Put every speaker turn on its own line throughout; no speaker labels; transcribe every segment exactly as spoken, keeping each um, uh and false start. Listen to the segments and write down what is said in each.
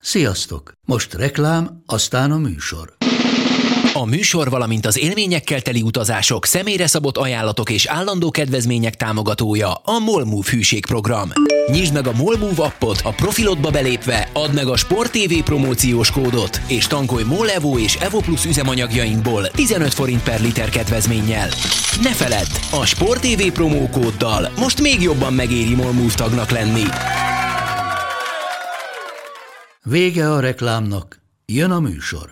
Sziasztok! Most reklám, aztán a műsor.
A műsor, valamint az élményekkel teli utazások, személyre szabott ajánlatok és állandó kedvezmények támogatója a MOLMOVE hűségprogram. Nyisd meg a MOLMOVE appot, a profilodba belépve add meg a Sport té vé promóciós kódot, és tankolj MOL Evo és Evo Plus üzemanyagjainkból tizenöt forint per liter kedvezménnyel. Ne feledd, a Sport té vé promókóddal most még jobban megéri MOLMOVE tagnak lenni.
Vége a reklámnak, jön a műsor.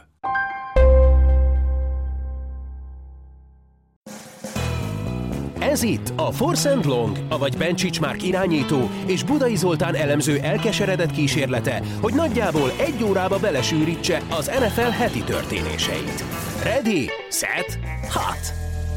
Ez itt a Force and Long, avagy Bencsics Márk irányító és Budai Zoltán elemző elkeseredett kísérlete, hogy nagyjából egy órába belesűrítse az en ef el heti történéseit. Ready, set, hot!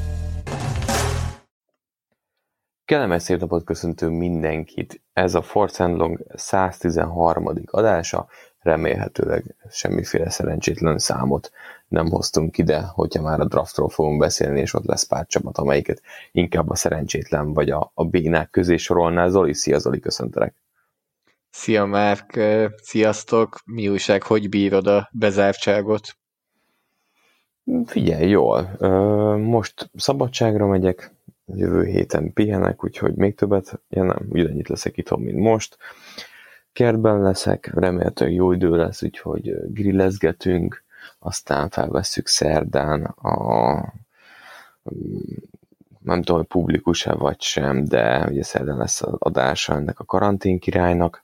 Kellemes szép napot köszöntünk mindenkit. Ez a Force and Long száztizenharmadik adása. Remélhetőleg semmiféle szerencsétlen számot nem hoztunk ide, hogyha már a draftról fogunk beszélni, és ott lesz pár csapat, amelyiket inkább a szerencsétlen vagy a, a bénák közé sorolná. Zoli, szia Zoli, köszöntelek!
Szia Márk, sziasztok! Mi újság, hogy bírod a bezártságot?
Figyelj, jól. Most szabadságra megyek, jövő héten pihenek, úgyhogy még többet, ja nem, ugyannyit leszek itthon, mint most. Kertben leszek, remélhetőleg jó idő lesz, úgyhogy grillezgetünk, aztán felvesszük szerdán a, nem tudom, hogy publikus-e vagy sem, de ugye szerdán lesz az adása ennek a karantén királynak,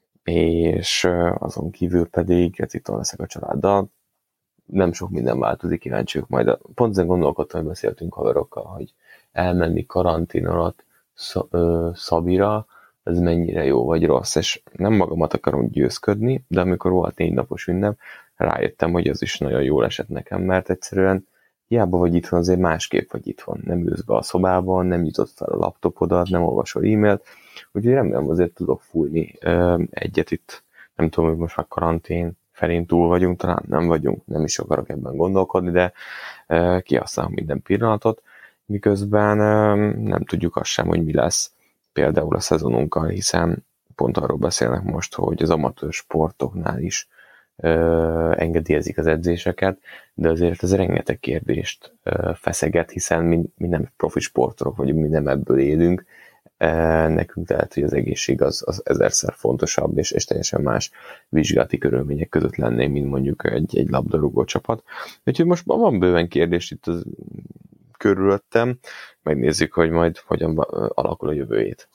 és azon kívül pedig ez itt leszek a családdal. Nem sok minden változik, kíváncsiak majd. A, pont ezen gondolkodtam, hogy beszéltünk haverokkal, hogy elmenni karantén alatt Szabira, ez mennyire jó vagy rossz, és nem magamat akarom győzködni, de amikor volt négy napos ünnep, rájöttem, hogy az is nagyon jól esett nekem, mert egyszerűen hiába vagy itthon, azért másképp vagy itthon. Nem ülsz be a szobában, nem nyitott fel a laptopodat, nem olvasol e-mailt, úgyhogy remélem azért tudok fújni ö, egyet itt. Nem tudom, hogy most már karantén felén túl vagyunk, talán nem vagyunk, nem is akarok ebben gondolkodni, de ö, kihasználom minden pillanatot, miközben ö, nem tudjuk azt sem, hogy mi lesz például a szezonunkkal, hiszen pont arról beszélnek most, hogy az amatőr sportoknál is ö, engedélyezik az edzéseket, de azért ez rengeteg kérdést ö, feszeget, hiszen mi, mi nem profi sportolók vagyunk, mi nem ebből élünk, e, nekünk lehet, hogy az egészség az, az ezerszer fontosabb, és, és teljesen más vizsgálati körülmények között lennénk, mint mondjuk egy, egy labdarúgó csapat. Úgyhogy most van bőven kérdés itt az körülöttem, megnézzük, hogy majd hogyan alakul a jövő hét.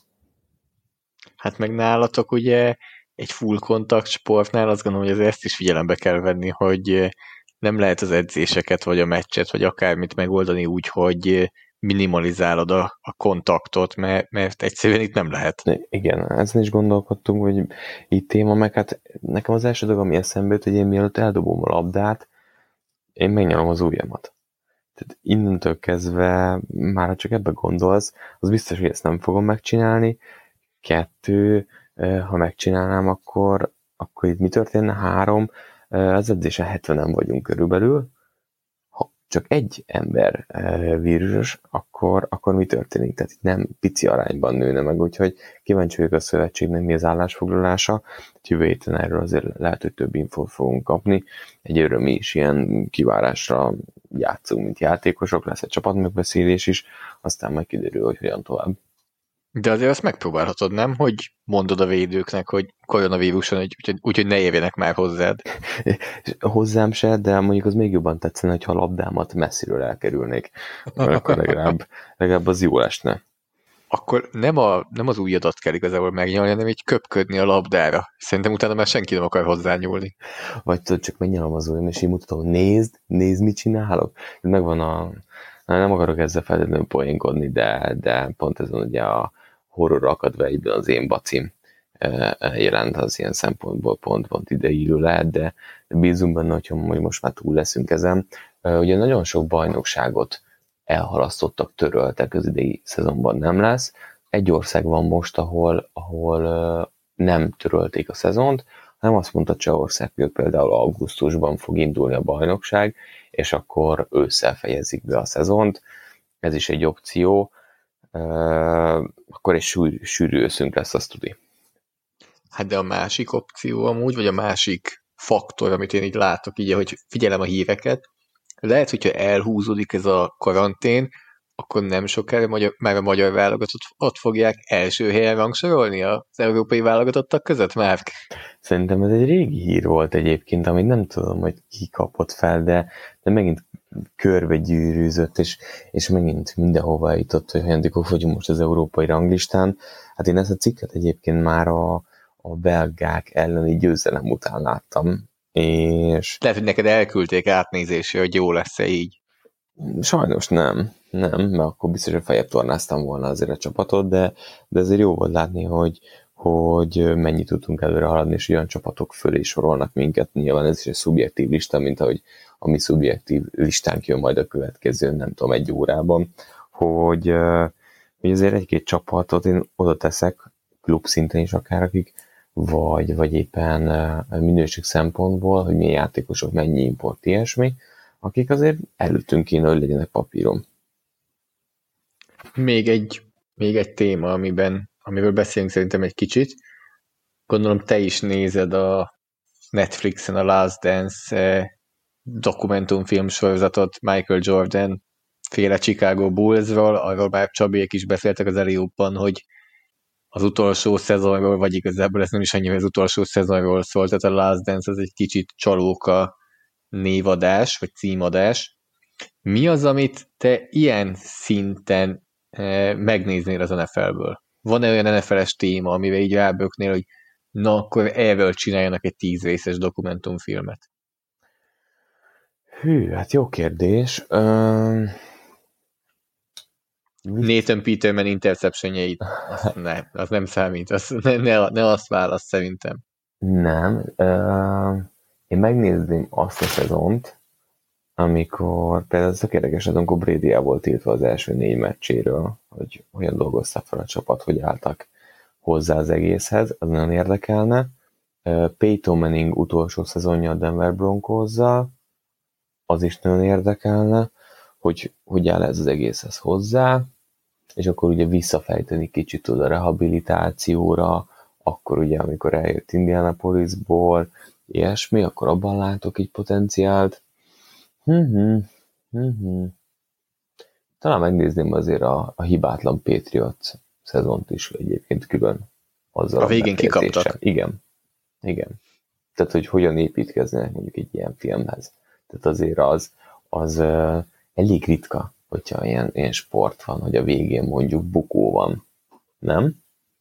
Hát meg nálatok ugye egy full kontakt sportnál azt gondolom, hogy ezt is figyelembe kell venni, hogy nem lehet az edzéseket, vagy a meccset, vagy akármit megoldani úgy, hogy minimalizálod a, a kontaktot, mert, mert egyszerűen itt nem lehet.
Igen, ezen is gondolkodtunk, hogy itt téma, meg hát nekem az első dolog, ami eszembe jut, hogy én mielőtt eldobom a labdát, én megnyalom az ujjamat. Tehát innentől kezdve, már ha csak ebbe gondolsz, az biztos, hogy ezt nem fogom megcsinálni. Kettő, ha megcsinálnám, akkor, akkor itt mi történne? Három, az edzésen hetvenen vagyunk körülbelül. Ha csak egy ember vírusos, akkor, akkor mi történik? Tehát itt nem pici arányban nőne meg, úgyhogy kíváncsi vagyok a szövetségnek mi az állásfoglalása. Jövő héten erről azért lehet, hogy több infót fogunk kapni. Egyelőre mi is ilyen kivárásra játszunk, mint játékosok, lesz egy csapatmegbeszélés is, aztán majd kiderül, hogy hogyan tovább.
De azért azt megpróbálhatod, nem? Hogy mondod a védőknek, hogy koronavíruson, úgyhogy úgy, hogy ne érjenek már hozzád.
Hozzám se, de mondjuk az még jobban tetszene, hogyha a labdámat messziről elkerülnék. Akkor legalább, legalább az jó esne.
Akkor nem, a, nem az ujjadat kell igazából megnyalni, hanem így köpködni a labdára. Szerintem utána már senki nem akar hozzányúlni.
Vagy tudod, csak megnyalom az ujjam, és így mutatom, nézd, nézd, mit csinálok. Megvan a... Nem akarok ezzel feltétlenül poénkodni, de, de pont ezen ugye a horror akadva egyben az én bacim jelent, az ilyen szempontból pont, pont ideillő lehet, de bízunk benne, hogy most már túl leszünk ezen. Ugye nagyon sok bajnokságot elhalasztottak, töröltek, az idei szezonban nem lesz. Egy ország van most, ahol, ahol nem törölték a szezont, hanem azt mondta Csehország, hogy például augusztusban fog indulni a bajnokság, és akkor ősszel fejezik be a szezont. Ez is egy opció. Akkor egy sűrű, sűrű őszünk lesz, azt tudni.
Hát de a másik opció amúgy, vagy a másik faktor, amit én így látok, így, hogy figyelem a híreket. Lehet, hogyha elhúzódik ez a karantén, akkor nem sokára magyar, már a magyar válogatott ott fogják első helyen rangsorolni az európai válogatottak között már.
Szerintem ez egy régi hír volt egyébként, amit nem tudom, hogy ki kapott fel, de, de megint körbe gyűrűzött, és, és megint mindenhova jutott, hogy hanyadikok vagyunk most az európai ranglistán. Hát én ezt a cikket egyébként már a, a belgák elleni győzelem után láttam, és...
Lehet, hogy neked elküldték átnézésre, hogy jó lesz-e így.
Sajnos nem, nem, mert akkor biztos, hogy feljebb tornáztam volna azért a csapatot, de, de azért jó volt látni, hogy, hogy mennyit tudtunk előre haladni, és olyan csapatok fölé sorolnak minket. Nyilván ez is egy szubjektív lista, mint ahogy a mi szubjektív listánk jön majd a következő, nem tudom, egy órában, hogy, hogy azért egy-két csapatot én oda teszek, klub szinten is akár, akik vagy, vagy éppen minőség szempontból, hogy milyen játékosok, mennyi import, ilyesmi, akik azért előttünk kéne, hogy legyenek papíron.
Még egy, még egy téma, amiben, amiről beszélünk szerintem egy kicsit. Gondolom te is nézed a Netflixen a Last Dance dokumentumfilm sorozatot Michael Jordan féle Chicago Bullsról, arról már Csabiék is beszéltek az előbben, hogy az utolsó szezonról, vagy igazából ez nem is annyira az utolsó szezonról szólt, tehát a Last Dance az egy kicsit csalóka névadás, vagy címadás. Mi az, amit te ilyen szinten eh, megnéznél az en ef el-ből? Van-e olyan en ef el-es téma, amivel így ráböknél, hogy na, akkor erről csináljanak egy tíz részes dokumentumfilmet?
Hű, hát jó kérdés. Um...
Nathan Peterman interceptionjeit, az nem, az nem számít, az, ne, ne, ne azt válasz szerintem.
Nem. Uh, én megnézném azt a szezont, amikor például ez érdekes, amikor Brady el volt tiltva az első négy meccséről, hogy hogyan dolgoztak fel a csapat, hogy álltak hozzá az egészhez, az nagyon érdekelne. Uh, Peyton Manning utolsó szezonja a Denver Broncosszal, az is nagyon érdekelne, hogy hogy áll ez az egészhez hozzá, és akkor ugye visszafejteni kicsit oda a rehabilitációra, akkor ugye, amikor eljött Indianapolisból, ilyesmi, akkor abban látok egy potenciált. Hmm, hmm, hmm. Talán megnézném azért a, a hibátlan Patriots szezont is egyébként külön. Azzal
a végén kikaptak.
Igen. Igen. Tehát, hogy hogyan építkeznek mondjuk egy ilyen filmhez. Tehát azért az, az uh, elég ritka, hogyha ilyen, ilyen sport van, hogy a végén mondjuk bukó van. Nem?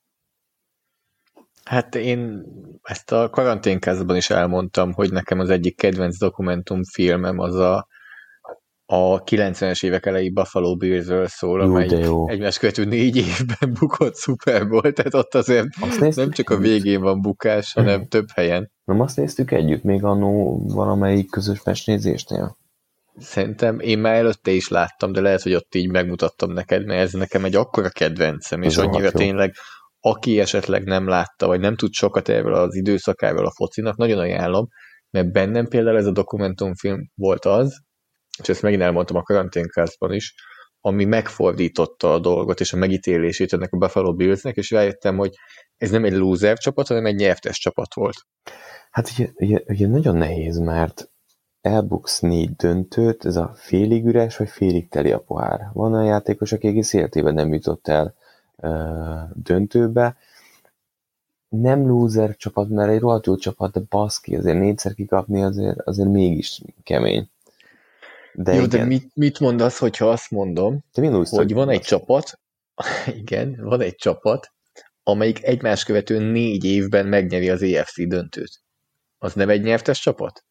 Hát én ezt a karanténkázban is elmondtam, hogy nekem az egyik kedvenc dokumentumfilmem az a, a kilencvenes évek elejé Buffalo Bills-ről szól, amely egymás követő négy évben bukott Super Bowl, tehát ott azért nem csak a végén van bukás, hanem több helyen.
Nem azt néztük együtt még annó valamelyik közös meccsnézésnél?
Szerintem én már előtte is láttam, de lehet, hogy ott így megmutattam neked, mert ez nekem egy akkora kedvencem, és annyira tényleg, aki esetleg nem látta, vagy nem tud sokat erről az időszakáról a focinak, nagyon ajánlom, mert bennem például ez a dokumentumfilm volt az, és ezt megint elmondtam a karanténkázban is, ami megfordította a dolgot, és a megítélését ennek a Buffalo Billsnek, és rájöttem, hogy ez nem egy loser csapat, hanem egy nyertes csapat volt.
Hát ugye, ugye, ugye nagyon nehéz, mert elbuksz négy döntőt, ez a félig üres, vagy félig teli a pohár. Van olyan játékos, aki egész életében nem jutott el uh, döntőbe. Nem loser csapat, mert egy rohadt jó csapat, de baszki, azért négyszer kikapni azért, azért mégis kemény.
De jó, igen. De mit, mit mondasz, hogyha azt mondom, hogy van egy csapat, igen, van egy csapat, amelyik egymás követő négy évben megnyeri az á ef cé döntőt. Az nem egy nyertes csapat?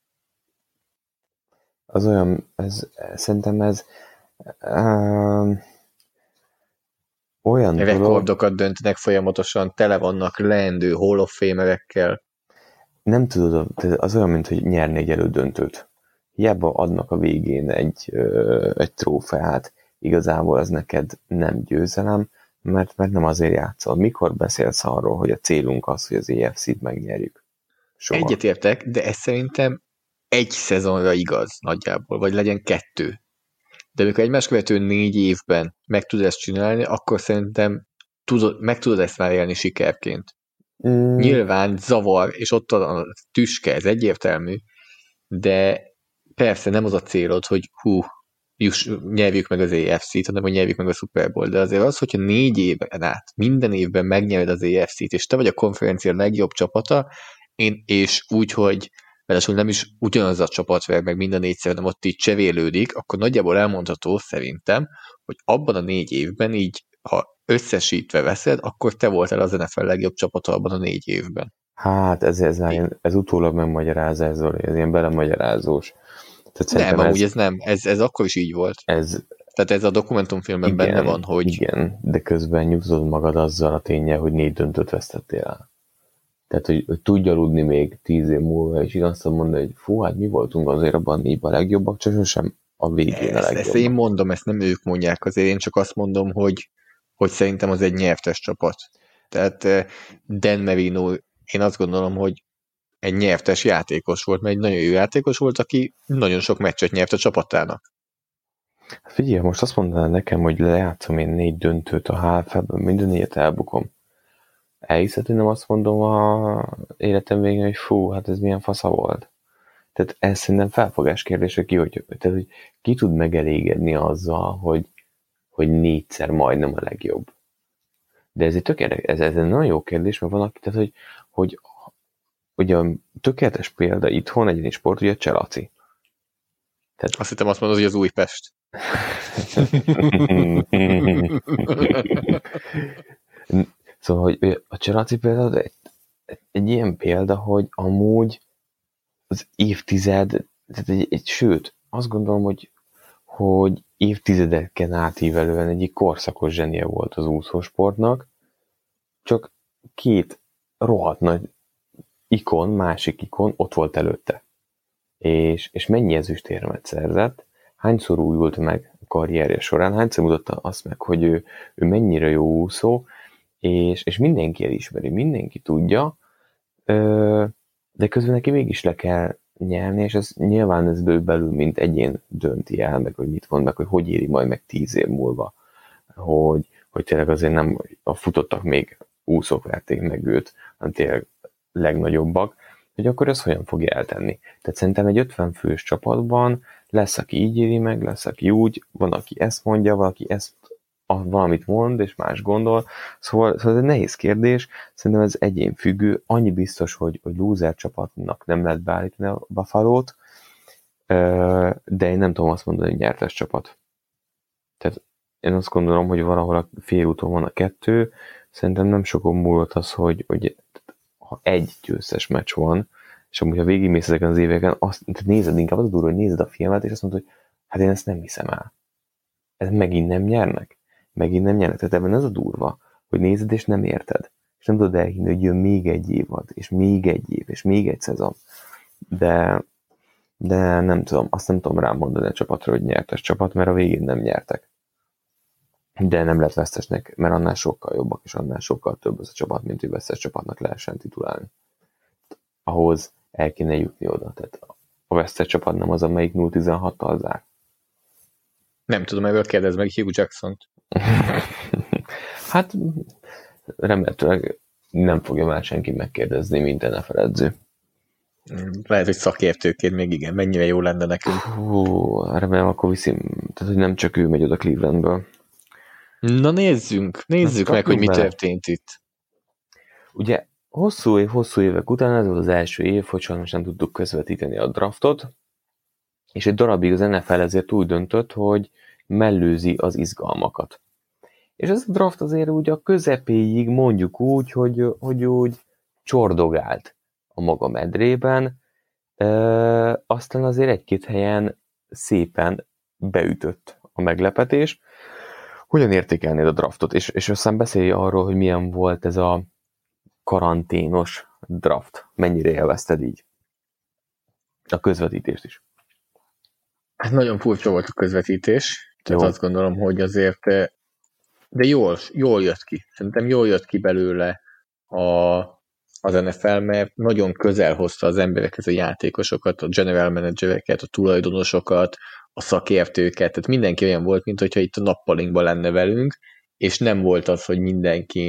Az olyan, ez, szerintem ez uh, olyan
rekordokat dolog, döntenek folyamatosan, tele vannak leendő Hall of Famerekkel.
Nem tudod, az olyan, mint hogy nyerni egy elődöntőt. Hiába adnak a végén egy, egy trófeát, igazából az neked nem győzelem, mert, mert nem azért játszol. Mikor beszélsz arról, hogy a célunk az, hogy az á ef cét megnyerjük? Soha.
Egyetértek, de ez szerintem egy szezonra igaz nagyjából, vagy legyen kettő. De amikor egymás követő négy évben meg tudod ezt csinálni, akkor szerintem tudod, meg tudod ezt már élni sikerként. Mm. Nyilván zavar, és ott a tüske, ez egyértelmű, de persze nem az a célod, hogy hú, juss, nyerjük meg az á ef cét, hanem hogy nyerjük meg a Super Bowl, de azért az, hogyha négy éven át, minden évben megnyered az á ef cét, és te vagy a konferencia legjobb csapata, én, és úgy, hogy ráadásul nem is ugyanaz a csapat ver meg minden négyszer, hanem ott így cserélődik, akkor nagyjából elmondható szerintem, hogy abban a négy évben így, ha összesítve veszed, akkor te voltál az en ef el legjobb csapata abban a négy évben.
Hát ez, ez, ez, ez utólag megmagyarázza, ez, ez ilyen belemagyarázós.
Nem, amúgy ez, ez nem, ez, ez akkor is így volt. Ez, Tehát ez a dokumentumfilmben igen, benne van, hogy...
Igen, de közben nyugtatod magad azzal a tényel, hogy négy döntőt vesztettél el. Tehát, hogy, hogy tudj aludni még tíz év múlva, és így azt mondani, hogy fú, hát mi voltunk azért abban négyben a legjobbak, csak sosem a végén ezt, a legjobbak.
Ezt én mondom, ezt nem ők mondják azért, én csak azt mondom, hogy, hogy szerintem az egy nyertes csapat. Tehát Dan Marino, én azt gondolom, hogy egy nyertes játékos volt, mert egy nagyon jó játékos volt, aki nagyon sok meccset nyert a csapatának.
Figyelj, most azt mondaná nekem, hogy lejátszom én négy döntőt a há ef el-ben, minden négyet elbukom. Elhiszed, hogy nem azt mondom a életem végén, hogy fú, hát ez milyen fasza volt. Tehát ez szerintem felfogás kérdése ki, hogy, tehát, hogy ki tud megelégedni azzal, hogy, hogy négyszer majdnem a legjobb. De ez egy tökéletes, ez, ez egy nagyon jó kérdés, mert van aki, tehát, hogy, hogy ugye a tökéletes példa itthon egyéni sport, ugye a Cselaci.
Tehát... Azt hittem azt mondod, hogy az Újpest.
Szóval, hogy a Cselaci például egy, egy ilyen példa, hogy amúgy az évtized, tehát egy, egy, sőt, azt gondolom, hogy, hogy évtizedeken átívelően egyik korszakos zsenie volt az úszósportnak, csak két rohadt nagy ikon, másik ikon ott volt előtte. És, és mennyi ezüstérmet szerzett, hányszor újult meg a karrierje során, hányszor mutatta azt meg, hogy ő, ő mennyire jó úszó, és, és mindenki elismeri, mindenki tudja, de közben neki mégis le kell nyerni, és ez nyilván ez belül, mint egyén dönti el, meg hogy mit mond, meg hogy hogy éri majd meg tíz év múlva, hogy, hogy tényleg azért nem a futottak még úszók verték meg őt, hanem tényleg legnagyobbak, hogy akkor ez hogyan fogja eltenni. Tehát szerintem egy ötven fős csapatban lesz, aki így éri meg, lesz, aki úgy, van, aki ezt mondja, valaki ezt valamit mond, és más gondol. Szóval, szóval ez egy nehéz kérdés, szerintem ez egyén függő, annyi biztos, hogy, hogy loser csapatnak nem lehet beállítani a Buffalo-t, de én nem tudom azt mondani, hogy nyertes csapat. Tehát én azt gondolom, hogy valahol a félúton van a kettő, szerintem nem sokon múlott az, hogy, hogy ha egy győztes meccs van, és amúgy ha végigmész ezeken az éveken, azt nézed, inkább az a durva, hogy nézed a filmet, és azt mondod, hogy hát én ezt nem hiszem el. Ez megint nem nyernek. Megint nem nyernek. Tehát ebben ez a durva, hogy nézed, és nem érted. És nem tudod elhinni, hogy jön még egy évad, és még egy év, és még egy szezon. De, de nem tudom, azt nem tudom rám mondani a csapatra, hogy nyertes csapat, mert a végén nem nyertek. De nem lett vesztesnek, mert annál sokkal jobbak, és annál sokkal több az a csapat, mint hogy vesztes csapatnak lehessen titulálni. Ahhoz el kéne jutni oda. Tehát a vesztes csapat nem az, amelyik nulla tizenhattal zár.
Nem tudom, ebből kérdezz meg Hugh Jackson-t.
Hát remélhetőleg nem fogja már senki megkérdezni, mint en ef el edző.
Lehet, hogy szakértőként még igen, mennyire jó lenne nekünk.
Hú, remélem akkor viszim, tehát hogy nem csak ő megy oda Clevelandből.
Na nézzünk, nézzük meg, hogy mi bele. történt itt.
Ugye hosszú év, hosszú évek után ez volt az első év, hogy sajnos nem tudtuk közvetíteni a draftot, és egy darabig az en ef el ezért úgy döntött, hogy mellőzi az izgalmakat. És ez a draft azért úgy a közepéig mondjuk úgy, hogy, hogy úgy csordogált a maga medrében, e, aztán azért egy-két helyen szépen beütött a meglepetés. Hogyan értékelnéd a draftot? És, és aztán beszélj arról, hogy milyen volt ez a karanténos draft. Mennyire élvezted így a közvetítést is?
Hát nagyon furcsa volt a közvetítés. Tehát jó. Azt gondolom, hogy azért de jól, jól jött ki. Szerintem jól jött ki belőle a, az en ef el, mert nagyon közel hozta az emberekhez a játékosokat, a general managereket, a tulajdonosokat, a szakértőket, tehát mindenki olyan volt, mint hogyha itt a nappalinkban lenne velünk, és nem volt az, hogy mindenki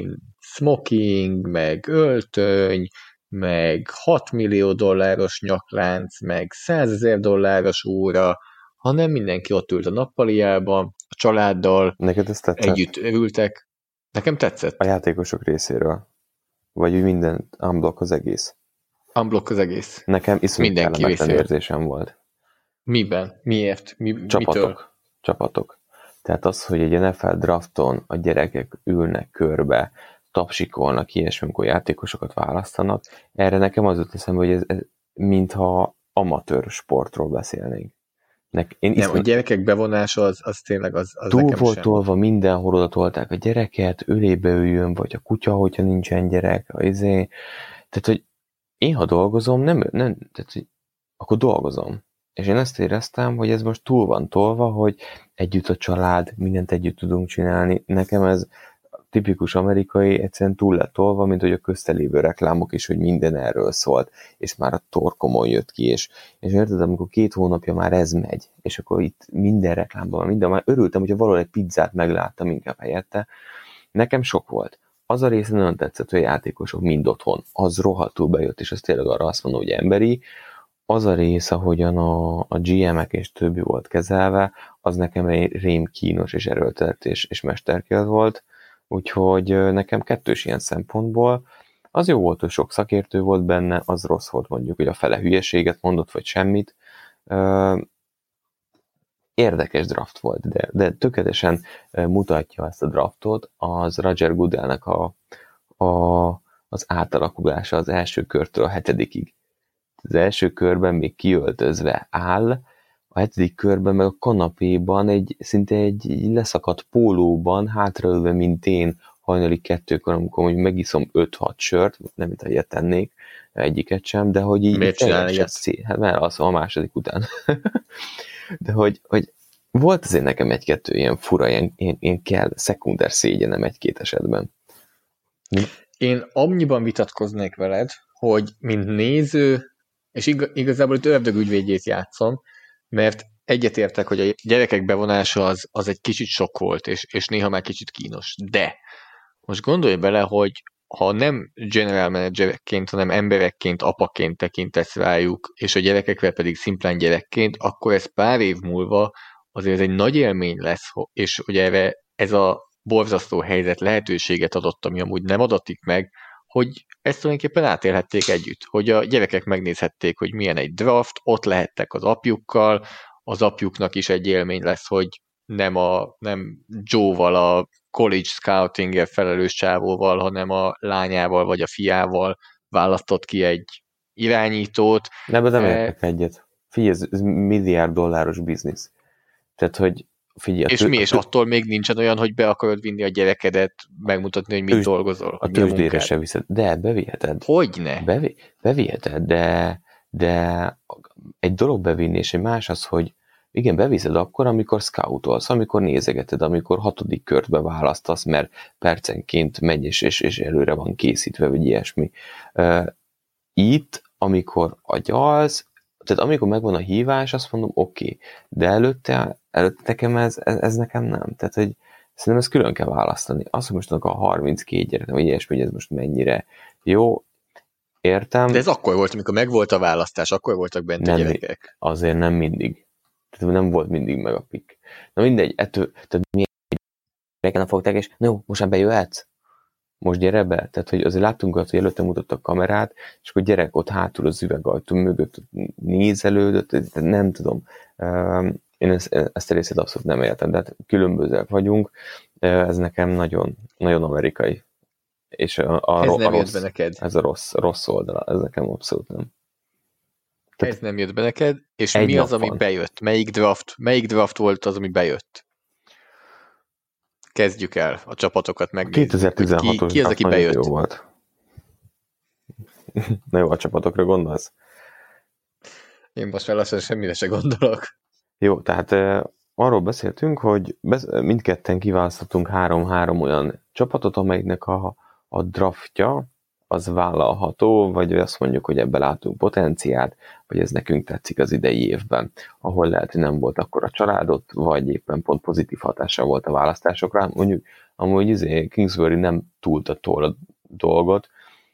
smoking, meg öltöny, meg hat millió dolláros nyaklánc, meg százezer dolláros óra, hanem mindenki ott ült a nappaliába, a családdal,
Neked ez tetszett?
együtt örültek. Nekem tetszett.
A játékosok részéről? Vagy úgy minden unblock az egész?
Unblock az egész.
Nekem iszonyú kellemetlen érzésem volt.
Miben? Miért? Mi,
Csapatok.
Mitől?
Csapatok. Tehát az, hogy egy en ef el drafton a gyerekek ülnek körbe, tapsikolnak, ilyesmi, amikor játékosokat választanak, erre nekem az jut eszembe, hogy ez, ez mintha amatőr sportról beszélnénk. Nek, én
Nem,
iszont...
a gyerekek bevonása az, az tényleg az, az
túl
nekem
volt
sem.
tolva, mindenhol oda tolták a gyereket, ölébe üljön, vagy a kutya, hogyha nincsen gyerek, a izé. Tehát, hogy én, ha dolgozom, nem, nem tehát, hogy akkor dolgozom. És én ezt éreztem, hogy ez most túl van tolva, hogy együtt a család, mindent együtt tudunk csinálni. Nekem ez tipikus amerikai, egyszerűen túl lett tolva, mint hogy a köztelévő reklámok is, hogy minden erről szólt, és már a torkomon jött ki, és, és érted, amikor két hónapja már ez megy, és akkor itt minden reklámban, minden, már örültem, hogyha valahol egy pizzát megláttam inkább helyette. Nekem sok volt. Az a része nagyon tetszett, hogy a játékosok mind otthon. Az rohadtul bejött, és az tényleg arra azt mondom, hogy emberi. Az a rész, ahogyan a, a gé em-ek és többi volt kezelve, az nekem rém kínos és erőltetett és, és mesterkélt volt. Úgyhogy nekem kettős ilyen szempontból az jó volt, hogy sok szakértő volt benne, az rossz volt mondjuk, hogy a fele hülyeséget mondott, vagy semmit. Érdekes draft volt, de, de tökéletesen mutatja ezt a draftot, az Roger Goodellnek a, a, az átalakulása az első körtől a hetedikig. Az első körben még kiöltözve áll, a hetedik körben meg a kanapéban egy, szinte egy leszakadt pólóban, hátraülve, mint én, hajnali kettőkor, amikor hogy megiszom öt-hat sört, nem mint ilyet tennék, egyiket sem, de hogy így...
Miért csinálni ilyet?
Szé- hát mert alszom a második után. De hogy, hogy volt azért nekem egy-kettő ilyen fura, ilyen, ilyen, ilyen kell, szekunder szégyenem egy-két esetben. Mi?
Én annyiban vitatkoznék veled, hogy mint néző, és ig- igazából itt ördögügyvédjét játszom, mert egyetértek, hogy a gyerekek bevonása az, az egy kicsit sok volt, és, és néha már kicsit kínos. De most gondolj bele, hogy ha nem general managerekként, hanem emberekként, apaként tekintesz rájuk, és a gyerekekre pedig szimplán gyerekként, akkor ez pár év múlva azért ez egy nagy élmény lesz, és ugye erre ez a borzasztó helyzet lehetőséget adott, ami amúgy nem adatik meg, hogy ezt tulajdonképpen átélhették együtt, hogy a gyerekek megnézhették, hogy milyen egy draft, ott lehettek az apjukkal, az apjuknak is egy élmény lesz, hogy nem, a, nem Joe-val, a college scoutingért felelős csávóval, hanem a lányával vagy a fiával választott ki egy irányítót.
De ebben nem értek egyet. Figyelj, ez, ez milliárd dolláros biznisz. Tehát, hogy figyelj...
És
tő,
mi, és
tő,
attól még nincsen olyan, hogy be akarod vinni a gyerekedet, megmutatni, hogy mit
tőzs,
dolgozol?
A tőzsdére se viszed. De, beviheted.
Hogyne?
Bevi, beviheted, de, de egy dolog bevinni, és egy más az, hogy igen, beviszed akkor, amikor scoutolsz, amikor nézegeted, amikor hatodik körbe választasz, mert percenként megy, és, és, és előre van készítve, vagy ilyesmi. Uh, itt, amikor agyalsz, tehát amikor megvan a hívás, azt mondom, oké, okay. De előtte, előtte nekem ez, ez, ez nekem nem. Tehát, hogy szerintem ezt külön kell választani. Azt, hogy most a harminckét gyerek, vagy ilyesmi, hogy ez most mennyire jó, értem.
De ez akkor volt, amikor megvolt a választás, akkor voltak bent
nem,
a gyerekek.
Azért nem mindig. Tehát nem volt mindig meg a pick. Na mindegy, ettől, tehát milyen gyereken fogták, és na jó, most már bejöhetsz? Most gyere be? Tehát, hogy azért láttunk azt, hogy előtte mutatta a kamerát, és akkor gyerek ott hátul az üvegajtó mögött nézelődött, nem tudom. Én ezt, ezt a részét abszolút nem értem, de hát különbözőek vagyunk. Ez nekem nagyon, nagyon amerikai. És a, a,
ez
a
nem
rossz,
jött be neked.
Ez a rossz, rossz oldala, ez nekem abszolút nem.
Ez nem jött be neked, és mi az, ami
van.
bejött? Melyik draft, melyik draft volt az, ami bejött? Kezdjük el a csapatokat megnézni.
kétezer-tizenhatos
Ki, ki az, aki bejött?
Jó volt. Na jó, a csapatokra gondolsz?
Én most már lassan semmire se gondolok.
Jó, tehát eh, arról beszéltünk, hogy besz- mindketten kiválasztottunk három-három olyan csapatot, amelynek a, a draftja az vállalható, vagy azt mondjuk, hogy ebben látunk potenciált, vagy ez nekünk tetszik az idei évben, ahol lehet, hogy nem volt akkor a családot, vagy éppen pont pozitív hatással volt a választásokra. Mondjuk amúgy izé, Kingsbury nem túltatól a dolgot,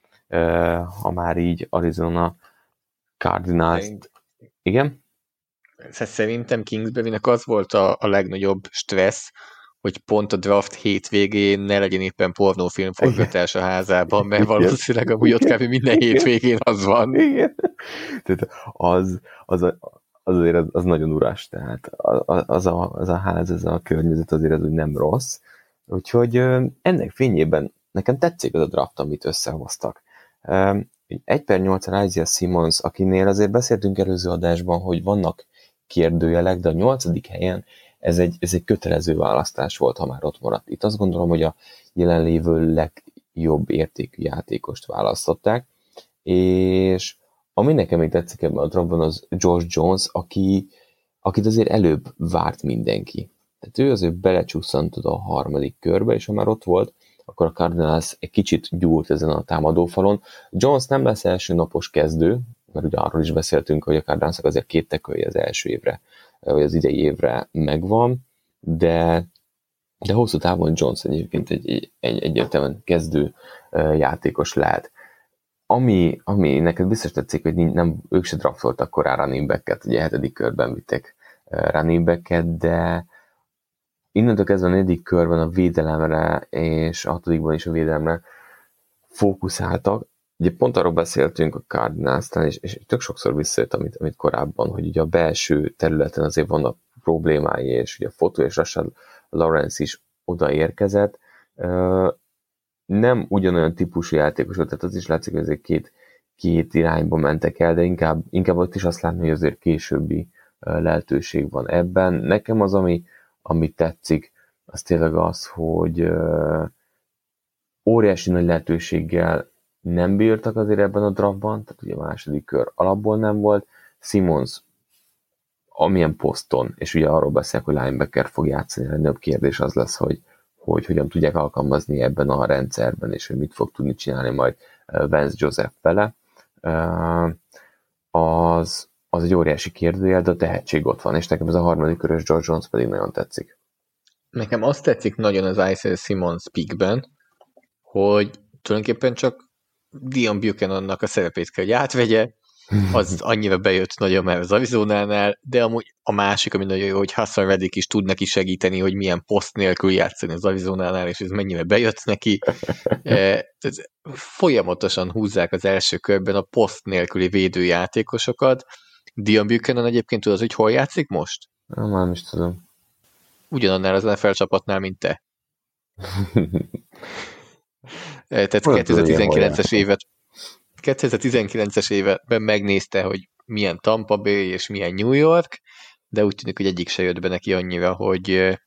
ha már így Arizona Cardinals.
Szerint...
Igen?
Szerintem Kingsburynek az volt a, a legnagyobb stressz, hogy pont a draft hétvégén ne legyen éppen pornófilmforgatás a házában, mert igen. Valószínűleg amúgy ott kb. Minden hétvégén az van.
Igen. Tehát az, az, a, az azért az, az nagyon uras, tehát az a, az a ház, ez a környezet azért az úgy nem rossz. Úgyhogy ennek fényében nekem tetszik az a draft, amit összehoztak. egy per nyolc Isaiah Simmons, akinél azért beszéltünk előző adásban, hogy vannak kérdőjelek, de a nyolcadik helyen ez egy, ez egy kötelező választás volt, ha már ott maradt. Itt azt gondolom, hogy a jelenlévő legjobb értékű játékost választották, és ami nekem még tetszik ebben a draftban, az Josh Jones, aki, akit azért előbb várt mindenki. Tehát ő azért belecsusszant a harmadik körbe, és ha már ott volt, akkor a Cardinals egy kicsit gyúrt ezen a támadófalon. Jones nem lesz első napos kezdő, mert ugye arról is beszéltünk, hogy a Cardinalsnak azért két tekölje az első évre, vagy az idei évre megvan, de, de hosszú távon Jones egyébként egy, egy, egy egyértelműen kezdő játékos lehet. Ami, ami neked biztos tetszik, hogy nem, ők se draftoltak korán running backet, ugye hetedik körben vittek running backet, de innentől kezdve a negyedik körben a védelemre, és a hatodikban is a védelemre fókuszáltak. Ugye pont arról beszéltünk a Cardinals-tán, és, és tök sokszor visszajött, amit, amit korábban, hogy ugye a belső területen azért vannak problémái, és ugye a Fotó és Rashad Lawrence is odaérkezett. Nem ugyanolyan típusú játékosok, tehát az is látszik, hogy azért két, két irányba mentek el, de inkább, inkább ott is azt látni, hogy azért későbbi lehetőség van ebben. Nekem az, ami, ami tetszik, az tényleg az, hogy óriási nagy lehetőséggel nem bírtak azért ebben a draftban, tehát ugye a második kör alapból nem volt. Simmons amilyen poszton, és ugye arról beszélek, hogy linebacker fog játszani, a legnagyobb kérdés az lesz, hogy, hogy hogyan tudják alkalmazni ebben a rendszerben, és hogy mit fog tudni csinálni majd Vance Joseph vele. Az, az egy óriási kérdőjel, de a tehetség ott van, és nekem ez a harmadik körös George Jones pedig nagyon tetszik.
Nekem azt tetszik nagyon az Isaiah Simmons pickben, hogy tulajdonképpen csak Dion Buchanannak a szerepét kell, hogy átvegye, az annyira bejött nagyon már az Arizonánál, de amúgy a másik, ami nagyon jó, hogy Hassan Reddick is tud neki segíteni, hogy milyen poszt nélkül játszani az Arizonánál, és ez mennyire bejött neki. e, folyamatosan húzzák az első körben a poszt nélküli védőjátékosokat. Dion Buchanan egyébként tudod, hogy hol játszik most?
Nem, nem is tudom.
Ugyanannál az en ef el csapatnál, mint te. Tehát kétezer-tizenkilences évet kétezer-tizenkilences évben megnézte, hogy milyen Tampa Bay és milyen New York, de úgy tűnik, hogy egyik se jött be neki annyira, hogy,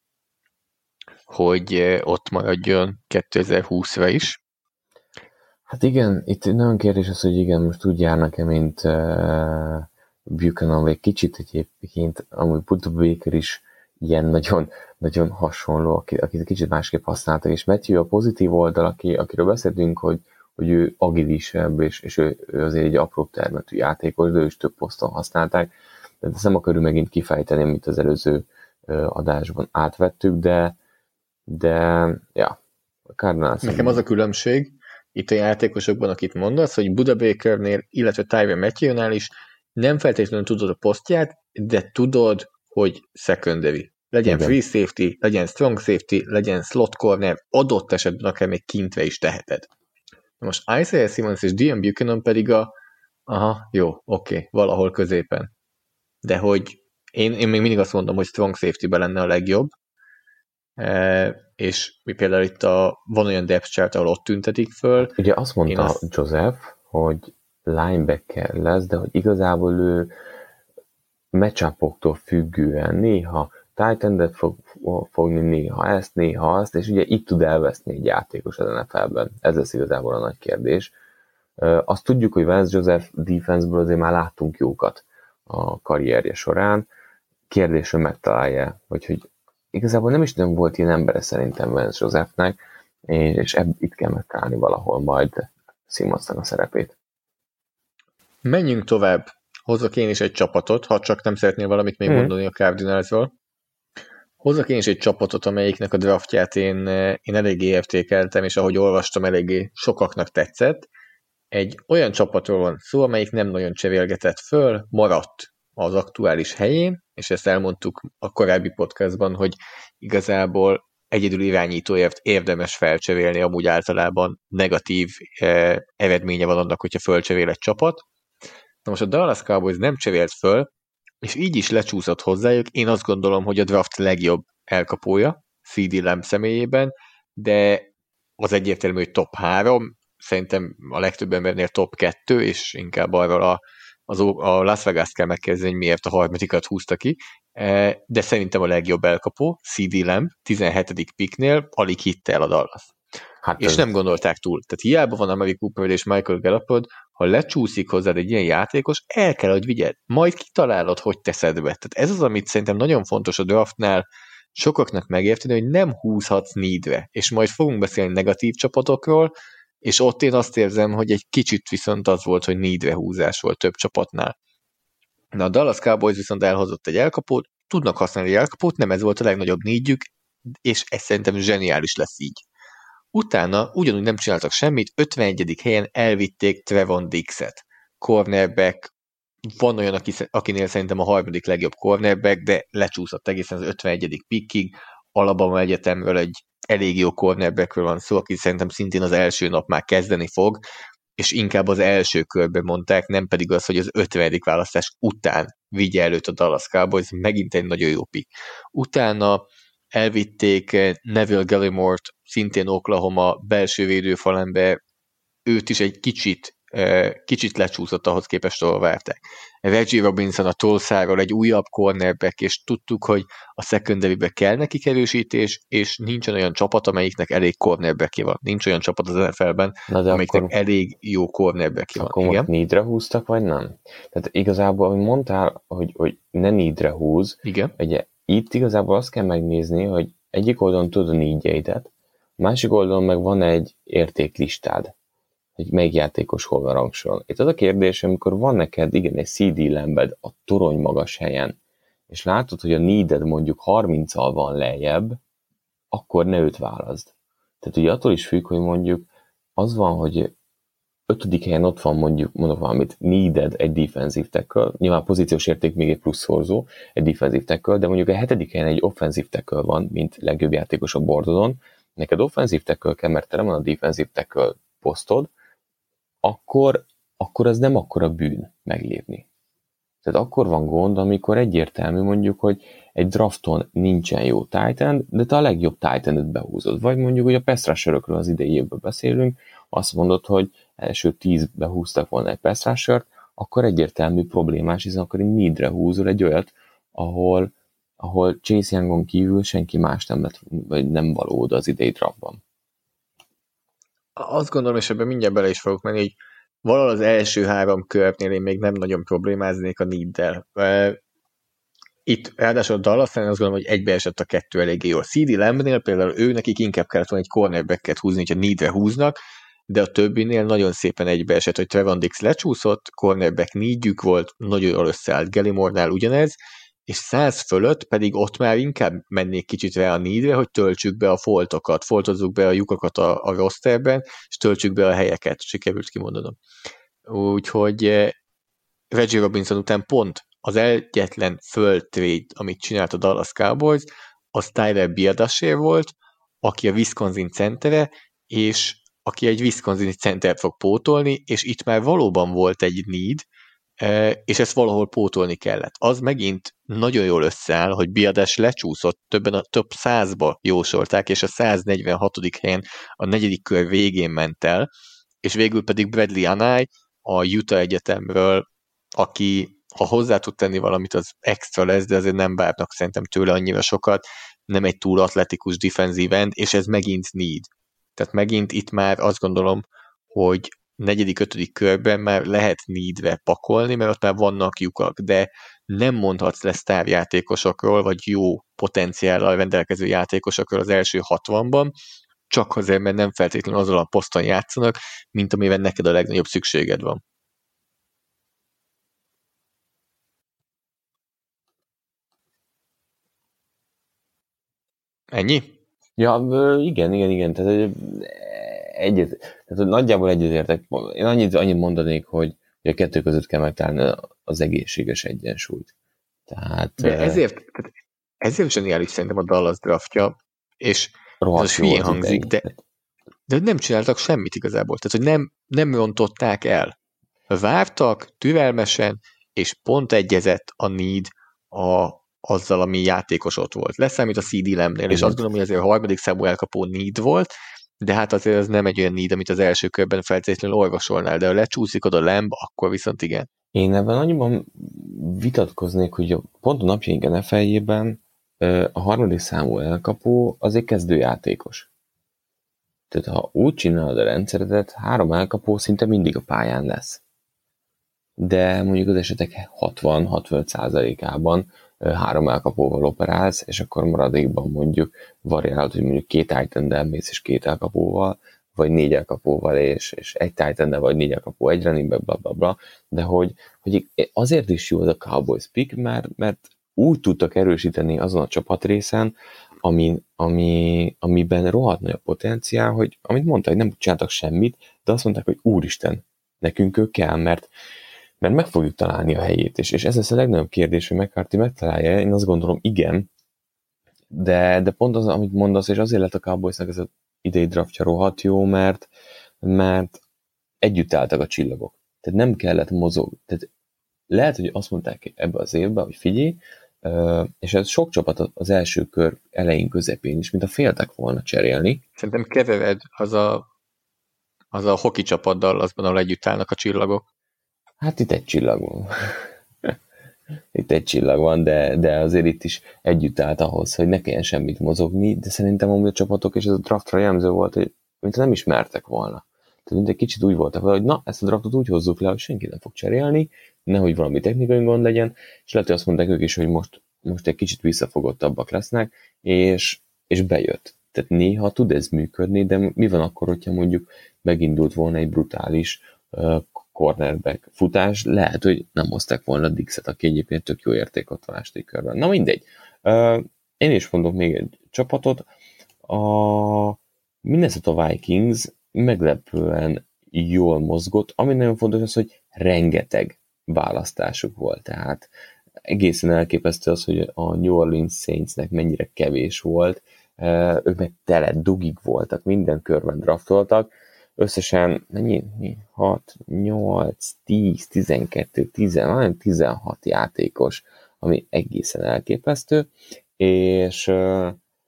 hogy ott maradjon kétezer-húszra is.
Hát igen, itt nagyon kérdés az, hogy igen, most úgy járnak-e, mint uh, Buchanan, vagy kicsit egyébként, amúgy Budda Baker is ilyen nagyon, nagyon hasonló, akit kicsit másképp használtak, és Matthew a pozitív oldal, aki, akiről beszéltünk, hogy hogy ő agilisebb, és, és ő, ő azért egy apró termetű játékos, de ő is több poszton használták. De ezt nem akarjuk megint kifejteni, amit az előző adásban átvettük, de, de ja, a Cardinals.
Nekem az a különbség itt a játékosokban, akit mondasz, hogy Budda Bakernél, illetve Tyrann Matthewnál is nem feltétlenül tudod a posztját, de tudod, hogy secondary. Legyen igen. Free safety, legyen strong safety, legyen slot corner, adott esetben akár még kintve is teheted. Most Isaiah Simmons és Dion Buchanan pedig a aha, jó, oké, okay, valahol középen. De hogy én, én még mindig azt mondom, hogy strong safety-ben lenne a legjobb, e, és mi például itt a, van olyan depth chart, ahol ott tüntetik föl.
Ugye azt mondta azt... Joseph, hogy linebacker lesz, de hogy igazából ő matchupoktól függően néha tight endet fog fogni, néha ezt, néha azt, és ugye itt tud elveszni egy játékos az en ef el-ben. Ez lesz igazából a nagy kérdés. Azt tudjuk, hogy Vance Joseph defenseből azért már láttunk jókat a karrierje során. Kérdés, hogy megtalálja, vagy hogy igazából nem is nem volt ilyen embere szerintem Vance Josephnek, és ebb, itt kell megtalálni valahol majd Simmonsnak a szerepét.
Menjünk tovább. Hozzak én is egy csapatot, ha csak nem szeretnél valamit még hmm. mondani a Cardinalsról. Hozzak én is egy csapatot, amelyiknek a draftját én, én eléggé értékeltem, és ahogy olvastam, eléggé sokaknak tetszett. Egy olyan csapatról van szó, amelyik nem nagyon cserélgetett föl, maradt az aktuális helyén, és ezt elmondtuk a korábbi podcastban, hogy igazából egyedül irányítóért érdemes felcserélni, amúgy általában negatív eh, eredménye van annak, hogyha fölcserél egy csapat. Na most a Dallas Cowboys nem cserélt föl, és így is lecsúszott hozzájuk. Én azt gondolom, hogy a draft legjobb elkapója cé dé Lamb személyében, de az egyértelmű, hogy top három, szerintem a legtöbb embernél top kettő, és inkább arról a, az, a Las Vegas-t kell megkezdeni, hogy miért a harmadikat húzta ki, de szerintem a legjobb elkapó, cé dé Lamb, tizenhetedik picknél alig hitte el a Dallas. Hát és ez... nem gondolták túl. Tehát hiába van Amari Cooper és Michael Gallupod, ha lecsúszik hozzád egy ilyen játékos, el kell, hogy vigyed. Majd kitalálod, hogy teszed be. Tehát ez az, amit szerintem nagyon fontos a draftnál sokaknak megérteni, hogy nem húzhatsz needre. És majd fogunk beszélni negatív csapatokról, és ott én azt érzem, hogy egy kicsit viszont az volt, hogy needre húzás volt több csapatnál. Na a Dallas Cowboys viszont elhozott egy elkapót, tudnak használni egy elkapót, nem ez volt a legnagyobb needjük, és ez szerintem zseniális lesz így. Utána ugyanúgy nem csináltak semmit, ötvenegyedik helyen elvitték Trevon Diggs-et. Cornerback, van olyan, aki, akinél szerintem a harmadik legjobb cornerback, de lecsúszott egészen az ötvenegyedik pickig. Alabama Egyetemről egy elég jó cornerbackről van szó, aki szerintem szintén az első nap már kezdeni fog, és inkább az első körben mondták, nem pedig az, hogy az ötvenedik választás után vigye előtt a Dallas Cowboys, megint egy nagyon jó pick. Utána elvitték Neville Gallimore-t, szintén Oklahoma belső védőfalember, őt is egy kicsit, kicsit lecsúszott ahhoz képest, ahol várták. Reggie Robinson a Tulsáról egy újabb cornerback, és tudtuk, hogy a secondary-be kell neki erősítés, és nincsen olyan csapat, amelyiknek elég cornerbackje van. Nincs olyan csapat az en ef el-ben, amelyiknek akkor, elég jó cornerbackje van.
Akkor most needre húztak, vagy nem? Tehát igazából, amit mondtál, hogy, hogy ne needre húz,
igen.
Ugye, itt igazából azt kell megnézni, hogy egyik oldalon tudod a needjeidet, a másik oldalon meg van egy értéklistád, hogy melyik játékos hol van rangsoron. Itt az a kérdés, amikor van neked igen egy cé dé Lambed a torony magas helyen, és látod, hogy a needed mondjuk harminccal van lejjebb, akkor ne őt válaszd. Tehát ugye attól is függ, hogy mondjuk az van, hogy ötödik helyen ott van mondjuk, mondok valamit, needed egy defensive tackle, nyilván pozíciós érték még egy plusz szorzó, egy defensive tackle, de mondjuk a hetedik helyen egy offensive tackle van, mint legjobb játékos a bordodon, neked offensive tackle kell, mert te nem van a defensive tackle posztod, akkor, akkor az nem akkora bűn meglépni. Tehát akkor van gond, amikor egyértelmű mondjuk, hogy egy drafton nincsen jó tight end, de te a legjobb tight endet behúzod. Vagy mondjuk, hogy a pass rusherökről az idei évben beszélünk, azt mondod, hogy első tízbe húztak volna egy pass rushert, akkor egyértelmű problémás, hiszen akkor egy needre húzol egy olyat, ahol, ahol Chase Youngon kívül senki más nem lett, vagy nem való oda az idei draftban.
Azt gondolom, és ebben mindjárt bele is fogok menni, hogy valahol az első három körnél én még nem nagyon problémáznék a needdel. Itt ráadásul a Dallas-nál azt gondolom, hogy egybeesett a kettő eléggé jól. cé dé Lambnél például ő nekik inkább kellett volna egy cornerbacket húzni, hogyha needre húznak, de a többinél nagyon szépen egybeesett, hogy Trevon Diggs lecsúszott, cornerback needjük volt, nagyon jól összeállt. Gallimore-nál ugyanez, és száz fölött pedig ott már inkább mennék kicsit rá a needre, hogy töltsük be a foltokat, foltozzuk be a lyukakat a, a rosterben, és töltsük be a helyeket, sikerült kimondanom. Úgyhogy Reggie Robinson után pont az egyetlen földtrade, amit csinált a Dallas Cowboys, az Tyler Biadasér volt, aki a Wisconsin centere, és aki egy Wisconsin centert fog pótolni, és itt már valóban volt egy need, és ezt valahol pótolni kellett. Az megint nagyon jól összeáll, hogy Biadasz lecsúszott, többen a top százba jósolták, és a száznegyvenhatodik helyen a negyedik kör végén ment el, és végül pedig Bradley Anai a Utah Egyetemről, aki ha hozzá tud tenni valamit, az extra lesz, de azért nem várnak szerintem tőle annyira sokat, nem egy túl atletikus defensive end, és ez megint need. Tehát megint itt már azt gondolom, hogy negyedik, ötödik körben már lehet needre pakolni, mert ott már vannak lyukak, de nem mondhatsz le sztárjátékosokról, vagy jó potenciállal rendelkező játékosokról az első hatvanban, csak azért, mert nem feltétlenül azon a poszton játszanak, mint amiben neked a legnagyobb szükséged van. Ennyi?
Ja, igen, igen, igen. Tehát, egyet, tehát nagyjából egyetértek. Én annyit, annyit mondanék, hogy a kettő között kell megtalálni az egészséges egyensúlyt. Tehát,
de ezért, tehát ezért zseniális szerintem a Dallas draftja, és ez az hülyén hangzik, de, de nem csináltak semmit igazából. Tehát, hogy nem, nem rontották el. Vártak türelmesen, és pont egyezett a need a, azzal, ami játékos ott volt. Leszámít a cé dé Lambnél, és azt gondolom, hogy azért a harmadik számú elkapó need volt, de hát azért ez nem egy olyan need, amit az első körben feltétlenül olvasolnál, de ha lecsúszik oda Lamb, akkor viszont igen.
Én ebben annyiban vitatkoznék, hogy pont a napjaink en ef el-jében a harmadik számú elkapó az egy kezdőjátékos. Tehát ha úgy csinálod a rendszeredet, három elkapó szinte mindig a pályán lesz. De mondjuk az esetek hatvan-hatvanöt százalékában három elkapóval operálsz, és akkor maradékban mondjuk variálod, hogy mondjuk két tight end-del mész és két elkapóval, vagy négy elkapóval, és, és egy tight end-del, vagy négy elkapó, egy running back, bla, bla, bla. De hogy, hogy azért is jó az a Cowboys pick, mert, mert úgy tudtak erősíteni azon a csapatrészen, ami, ami, amiben rohadt nagy a potenciál, hogy amit mondta, hogy nem csináltak semmit, de azt mondták, hogy úristen, nekünk ő kell, mert mert meg fogjuk találni a helyét, és, és ez lesz a legnagyobb kérdés, hogy McCarthy megtalálja, én azt gondolom, igen, de, de pont az, amit mondasz, és azért lett a Cowboysnak ez az idei draftja rohadt jó, mert, mert együtt álltak a csillagok. Tehát nem kellett mozogni. Tehát lehet, hogy azt mondták ebbe az évben, hogy figyelj, és ez sok csapat az első kör elején, közepén is, mint a féltek volna cserélni.
Szerintem kevered az a, az a hoki csapaddal, azban, ahol együtt állnak a csillagok.
Hát itt egy csillag van. Itt egy csillag van, de, de azért itt is együtt állt ahhoz, hogy ne kelljen semmit mozogni, de szerintem amúgy a csapatok, és ez a draftra jellemző volt, hogy mint nem ismertek volna. Tehát mint egy kicsit úgy voltak vele, hogy na, ezt a draftot úgy hozzuk le, hogy senki nem fog cserélni, nehogy valami technikai gond legyen, és lehet, hogy azt mondták ők is, hogy most, most egy kicsit visszafogottabbak lesznek, és, és bejött. Tehát néha tud ez működni, de mi van akkor, hogyha mondjuk megindult volna egy brutális uh, cornerback futás, lehet, hogy nem hozták volna Dixet, aki egyébként tök jó értékot van második körben. Na mindegy. Uh, én is mondok még egy csapatot. A Minnesota Vikings meglepően jól mozgott, ami nagyon fontos az, hogy rengeteg választásuk volt. Tehát egészen elképesztő az, hogy a New Orleans Saintsnek mennyire kevés volt. Uh, ők meg tele dugig voltak, minden körben draftoltak. Összesen mennyi? hat, nyolc, tíz, tizenkettő, tizenhat, tizenhat játékos, ami egészen elképesztő, és uh,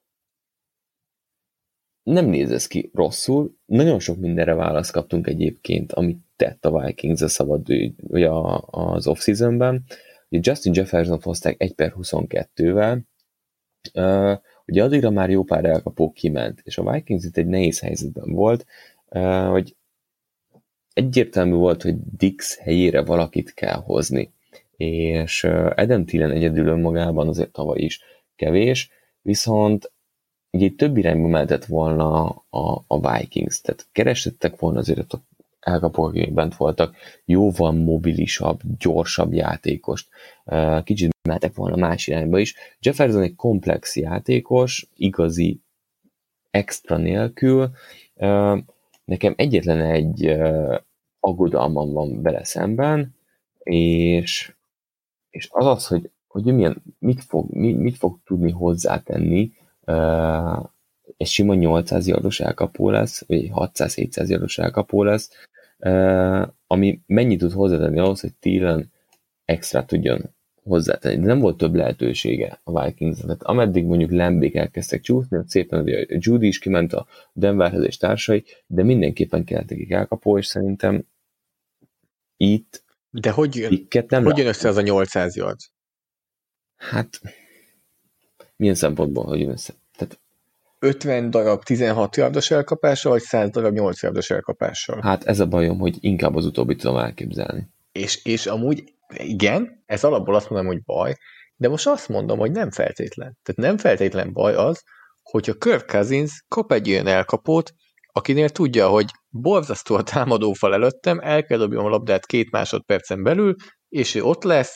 nem néz ez ki rosszul. Nagyon sok mindenre választ kaptunk egyébként, amit tett a Vikings a szabad, vagy a, az off-seasonben. Justin Jefferson-t hozták egy per huszonkettővel, uh, ugye addigra már jó pár elkapó kiment, és a Vikings itt egy nehéz helyzetben volt, Uh, hogy egyértelmű volt, hogy Dix helyére valakit kell hozni. És uh, Adam Thielen egyedül önmagában azért tavaly is kevés, viszont ugye több irányba mehetett volna a, a Vikings, tehát keresettek volna azért a elkapók, akik bent voltak, jóval mobilisabb, gyorsabb játékost, uh, kicsit mehettek volna más irányba is. Jefferson egy komplex játékos, igazi extra nélkül, uh, nekem egyetlen egy uh, aggodalmam van vele szemben, és, és az az, hogy, hogy milyen, mit, fog, mit, mit fog tudni hozzátenni, uh, egy sima nyolcszáz yardos elkapó lesz, vagy hatszáz-hétszáz yardos elkapó lesz, uh, ami mennyit tud hozzátenni ahhoz, hogy Thielen extra tudjon hozzátenni. De nem volt több lehetősége a Vikings-en. Tehát ameddig mondjuk Lambék elkezdtek csúszni, ott szépen a Judy is kiment a Denverhez és társai, de mindenképpen kellett nekik elkapó, és szerintem itt
de hogy jön,
nem
hogy jön össze az a nyolcszáz yard?
Hát milyen szempontból, hogy jön össze? Tehát
ötven darab tizenhat yardos elkapással, vagy száz darab nyolc yardos elkapással?
Hát ez a bajom, hogy inkább az utóbbi tudom elképzelni.
És, és amúgy igen, ez alapból azt mondom, hogy baj, de most azt mondom, hogy nem feltétlen. Tehát nem feltétlen baj az, hogyha Kirk Cousins kap egy olyan elkapót, akinél tudja, hogy borzasztó a támadófal előttem, el kell dobjam a labdát két másodpercen belül, és ő ott lesz,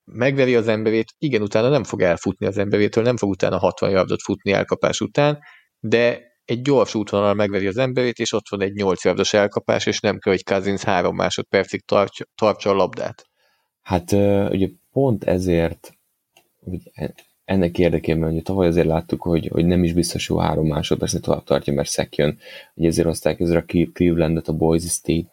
megveri az emberét, igen, utána nem fog elfutni az emberétől, nem fog utána hatvan yardot futni elkapás után, de egy gyors útvonal megveri az emberét, és ott van egy nyolc yardos elkapás, és nem kell, hogy Cousins három másodpercig tartsa, tartsa a labdát.
Hát ugye pont ezért ennek érdekében, hogy tavaly azért láttuk, hogy, hogy nem is biztos jó három másodpercet tovább tartja, mert szek jön. Ugye ezért hozták ezzel a Clevelandet a Boise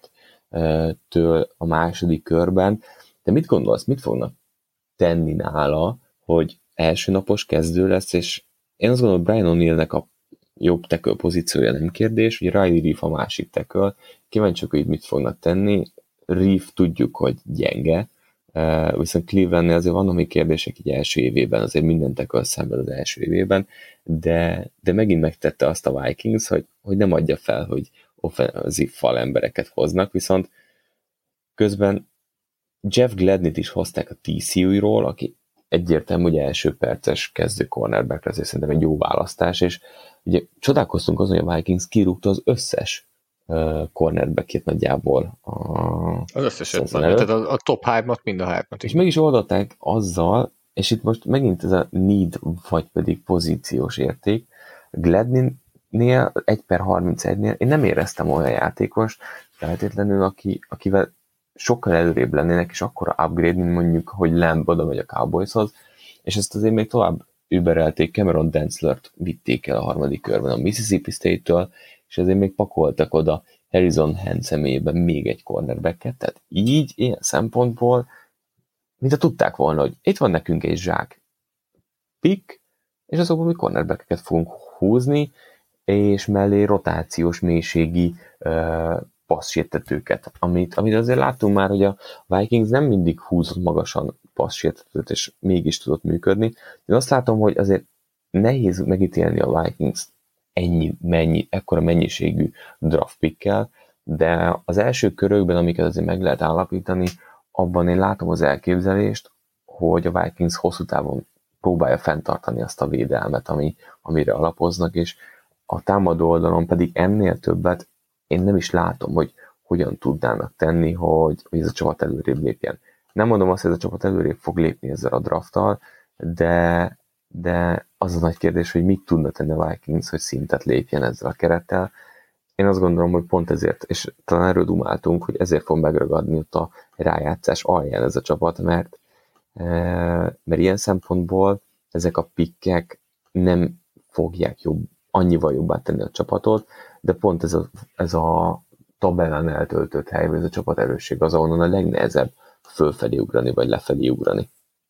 State-től a második körben. De mit gondolsz, mit fognak tenni nála, hogy első napos kezdő lesz, és én azt gondolom, hogy Brian O'Neillnek a jobb tackle pozíciója nem kérdés, hogy Riley Reef a másik tackle. Kíváncsiak, hogy mit fognak tenni. Reef tudjuk, hogy gyenge, Uh, viszont Clevelandnél azért vannak még kérdések így első évében, azért minden tackle szemben az első évében, de, de megint megtette azt a Vikings, hogy, hogy nem adja fel, hogy offenzív fal embereket hoznak, viszont közben Jeff Gladney-t is hozták a té cé u-ról, aki egyértelmű, hogy első perces kezdő cornerback, ezért szerintem egy jó választás, és ugye csodálkoztunk azon, hogy a Vikings kirúgta az összes cornerbackét nagyjából. A
az összeset, tehát a, a top hármat, mind a hármat.
És meg is oldották azzal, és itt most megint ez a need, vagy pedig pozíciós érték. Gladney-nél egy per harmincegynél én nem éreztem olyan játékos, feltétlenül, aki, akivel sokkal előrébb lennének, és akkora upgrade, mint mondjuk, hogy Lamb oda megy a Cowboyshoz, és ezt azért még tovább überelték, Cameron Dantzlert vitték el a harmadik körben a Mississippi State-től, és azért még pakoltak oda Harrison Hand személyében még egy cornerbacket, tehát így, ilyen szempontból, mint ha tudták volna, hogy itt van nekünk egy zsák pick, és azokból mi cornerbackeket fogunk húzni, és mellé rotációs mélységi uh, passzsértetőket, amit, amit azért láttunk már, hogy a Vikings nem mindig húzott magasan passzsértetőt, és mégis tudott működni. Én azt látom, hogy azért nehéz megítélni a Vikings ennyi, mennyi, ekkora mennyiségű draft pickkel, de az első körökben, amiket azért meg lehet állapítani, abban én látom az elképzelést, hogy a Vikings hosszú távon próbálja fenntartani azt a védelmet, ami, amire alapoznak, és a támadó oldalon pedig ennél többet én nem is látom, hogy hogyan tudnának tenni, hogy, hogy ez a csapat előrébb lépjen. Nem mondom azt, hogy ez a csapat előrébb fog lépni ezzel a drafttal, de, de az a nagy kérdés, hogy mit tudna tenni a Vikings, hogy szintet lépjen ezzel a kerettel. Én azt gondolom, hogy pont ezért, és talán erről dumáltunk, hogy ezért fog megragadni ott a rájátszás alján ez a csapat, mert, mert ilyen szempontból ezek a pikkek nem fogják jobb, annyival jobbá tenni a csapatot, de pont ez a, ez a tabellán eltöltött hely, vagy ez a csapat erősség az, ahonnan a legnehezebb fölfelé ugrani, vagy lefelé ugrani.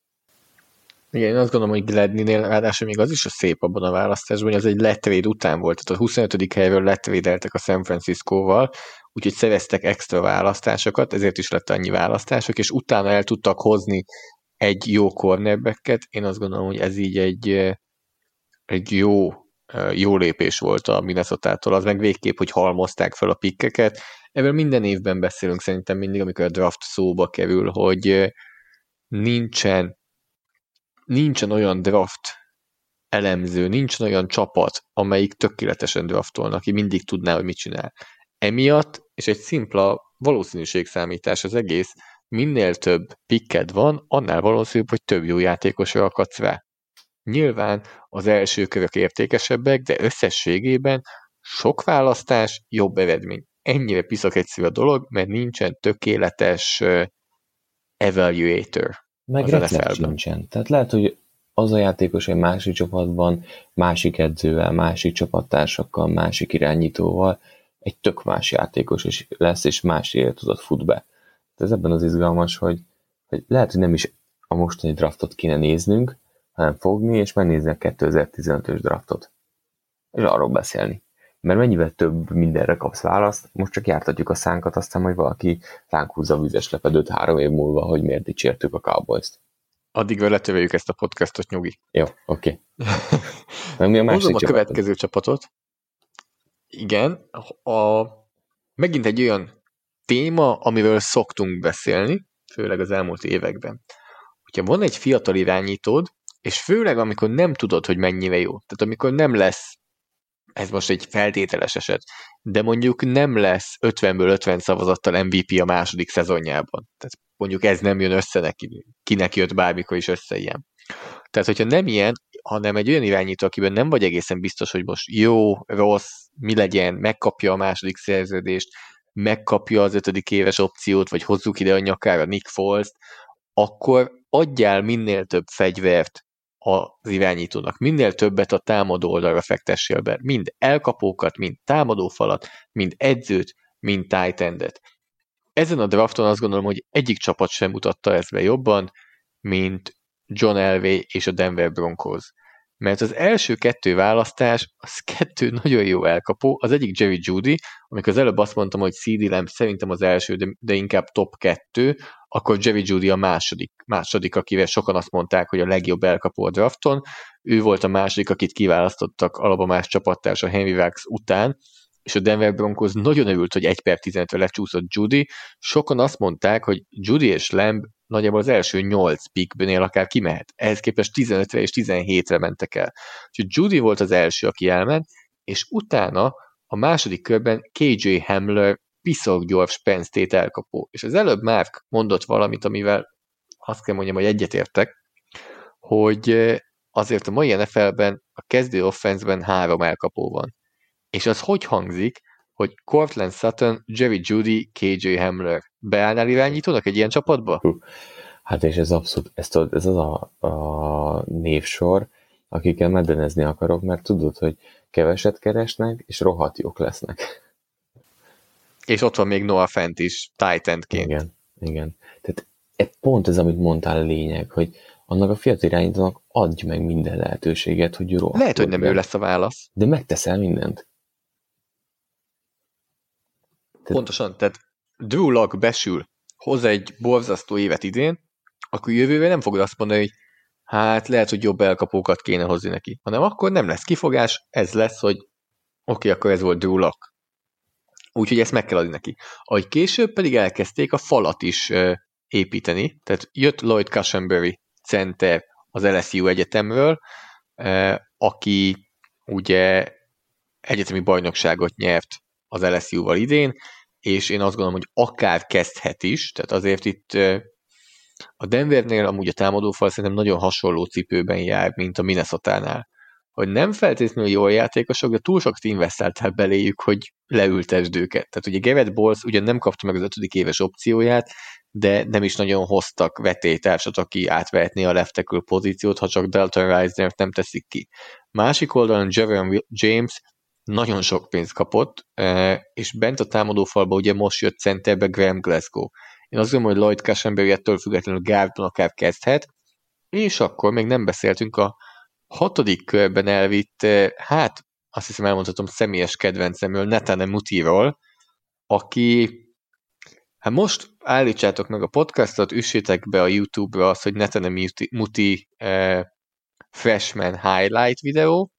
Igen, én azt gondolom, hogy Gladney-nél ráadásul még az is a szép abban a választásban, hogy az egy letrade után volt, tehát a huszonötödik helyről letrédeltek a San Franciscóval, úgyhogy szereztek extra választásokat, ezért is lett annyi választások, és utána el tudtak hozni egy jó cornerbacket. Én azt gondolom, hogy ez így egy, egy jó, jó lépés volt a Minnesota-tól, az meg végképp, hogy halmozták fel a pikkeket. Ebből minden évben beszélünk szerintem mindig, amikor a draft szóba kerül, hogy nincsen nincsen olyan draft elemző, nincsen olyan csapat, amelyik tökéletesen draftolna, aki mindig tudná, hogy mit csinál. Emiatt, és egy szimpla valószínűségszámítás az egész, minél több picked van, annál valószínűbb, hogy több jó játékosra akadsz rá. Nyilván az első körök értékesebbek, de összességében sok választás, jobb eredmény. Ennyire piszak egyszerű a dolog, mert nincsen tökéletes uh, evaluator.
Meg recept sincsen. Tehát lehet, hogy az a játékos egy másik csapatban, másik edzővel, másik csapattársakkal, másik irányítóval egy tök más játékos is lesz, és más életutat fut be. Tehát ez ebben az izgalmas, hogy, hogy lehet, hogy nem is a mostani draftot kéne néznünk, hanem fogni, és megnézni a kétezer-tizenötös draftot. És arról beszélni. Mert mennyivel több mindenre kapsz választ, most csak jártatjuk a szánkat, aztán majd valaki ránk húzza a vizes lepedőt három év múlva, hogy miért dicsértük a Cowboys-t.
Addig letöveljük ezt a podcastot, nyugi.
Jó, oké. Okay. a
Hozom a következő csapatot. Igen, a, megint egy olyan téma, amiről szoktunk beszélni, főleg az elmúlt években. Hogyha van egy fiatal irányítód, és főleg amikor nem tudod, hogy mennyire jó, tehát amikor nem lesz ez most egy feltételes eset, de mondjuk nem lesz ötvenből ötven szavazattal em vé pé a második szezonjában. Tehát mondjuk ez nem jön össze neki, kinek jött bármikor is össze ilyen. Tehát, hogyha nem ilyen, hanem egy olyan irányító, akiben nem vagy egészen biztos, hogy most jó, rossz, mi legyen, megkapja a második szerződést, megkapja az ötödik éves opciót, vagy hozzuk ide a nyakára Nick Foles-t, akkor adjál minél több fegyvert az irányítónak, minél többet a támadó oldalra fektessél be, mind elkapókat, mind támadófalat, mind edzőt, mind tight endet. Ezen a drafton azt gondolom, hogy egyik csapat sem mutatta ezt be jobban, mint John Elway és a Denver Broncos. Mert az első kettő választás, az kettő nagyon jó elkapó, az egyik Jerry Jeudy, amikor az előbb azt mondtam, hogy cé dé Lamb szerintem az első, de, de inkább top kettő, akkor Jerry Jeudy a második, második, akivel sokan azt mondták, hogy a legjobb elkapó a drafton. Ő volt a második, akit kiválasztottak Alabamás csapattársa Henry Ruggs után, és a Denver Broncos nagyon örült, hogy egy per tizenötre lecsúszott Jeudy. Sokan azt mondták, hogy Jeudy és Lamb nagyjából az első nyolc pickből akár kimehet. Ehhez képest tizenötre és tizenhétre mentek el. Úgyhogy Jeudy volt az első, aki elment, és utána a második körben ká jé Hamler piszok gyors Penn State elkapó. És az előbb Mark mondott valamit, amivel azt kell mondjam, hogy egyetértek, hogy azért a mai en ef el-ben a kezdő offenszben három elkapó van. És az hogy hangzik, hogy Courtland Sutton, Jerry Jeudy, ká jé Hamler. Beállnál irányítónak egy ilyen csapatba?
Hú, hát és ez abszolút, ez, ez az a, a névsor, akikkel meddenezni akarok, mert tudod, hogy keveset keresnek, és rohadt jók lesznek.
És ott van még Noah Fant is, tight endként.
Igen, igen. Tehát pont ez, amit mondtál a lényeg, hogy annak a fiatal irányítónak adj meg minden lehetőséget, hogy rohadt.
Lehet, hogy nem ő lesz a válasz.
De megteszel mindent.
Tehát... Pontosan, tehát Drew Lock besül, hoz egy borzasztó évet idén, akkor jövővel nem fogod azt mondani, hogy hát lehet, hogy jobb elkapókat kéne hozni neki, hanem akkor nem lesz kifogás, ez lesz, hogy oké, okay, akkor ez volt Drew Lock. Úgyhogy ezt meg kell adni neki. Ahogy később pedig elkezdték a falat is uh, építeni, tehát jött Lloyd Cushenberry center az el es u egyetemről, uh, aki ugye egyetemi bajnokságot nyert az el es u-val idén, és én azt gondolom, hogy akár kezdhet is, tehát azért itt a Denvernél amúgy a támadófal szerintem nagyon hasonló cipőben jár, mint a Minnesota-nál. Hogy nem feltétlenül jól játékosok, de túl sok investáltál beléjük, hogy leültesd őket. Tehát ugye Garrett Bowles ugyan nem kapta meg az ötödik éves opcióját, de nem is nagyon hoztak vetélytársat, aki átvehetné a left tackle pozíciót, ha csak Dalton Risner nem teszik ki. Másik oldalon Javon James nagyon sok pénzt kapott, és bent a támadófalba ugye most jött centerbe Graham Glasgow. Én azt gondolom, hogy Lloyd Cushenberry ettől függetlenül guardban akár kezdhet, és akkor még nem beszéltünk a hatodik körben elvitt, hát azt hiszem elmondhatom személyes kedvencemről, Netane Mutiról, aki, hát most állítsátok meg a podcastot, üssétek be a YouTube-ra azt, hogy Netane Muti, Muti eh, freshman highlight videó,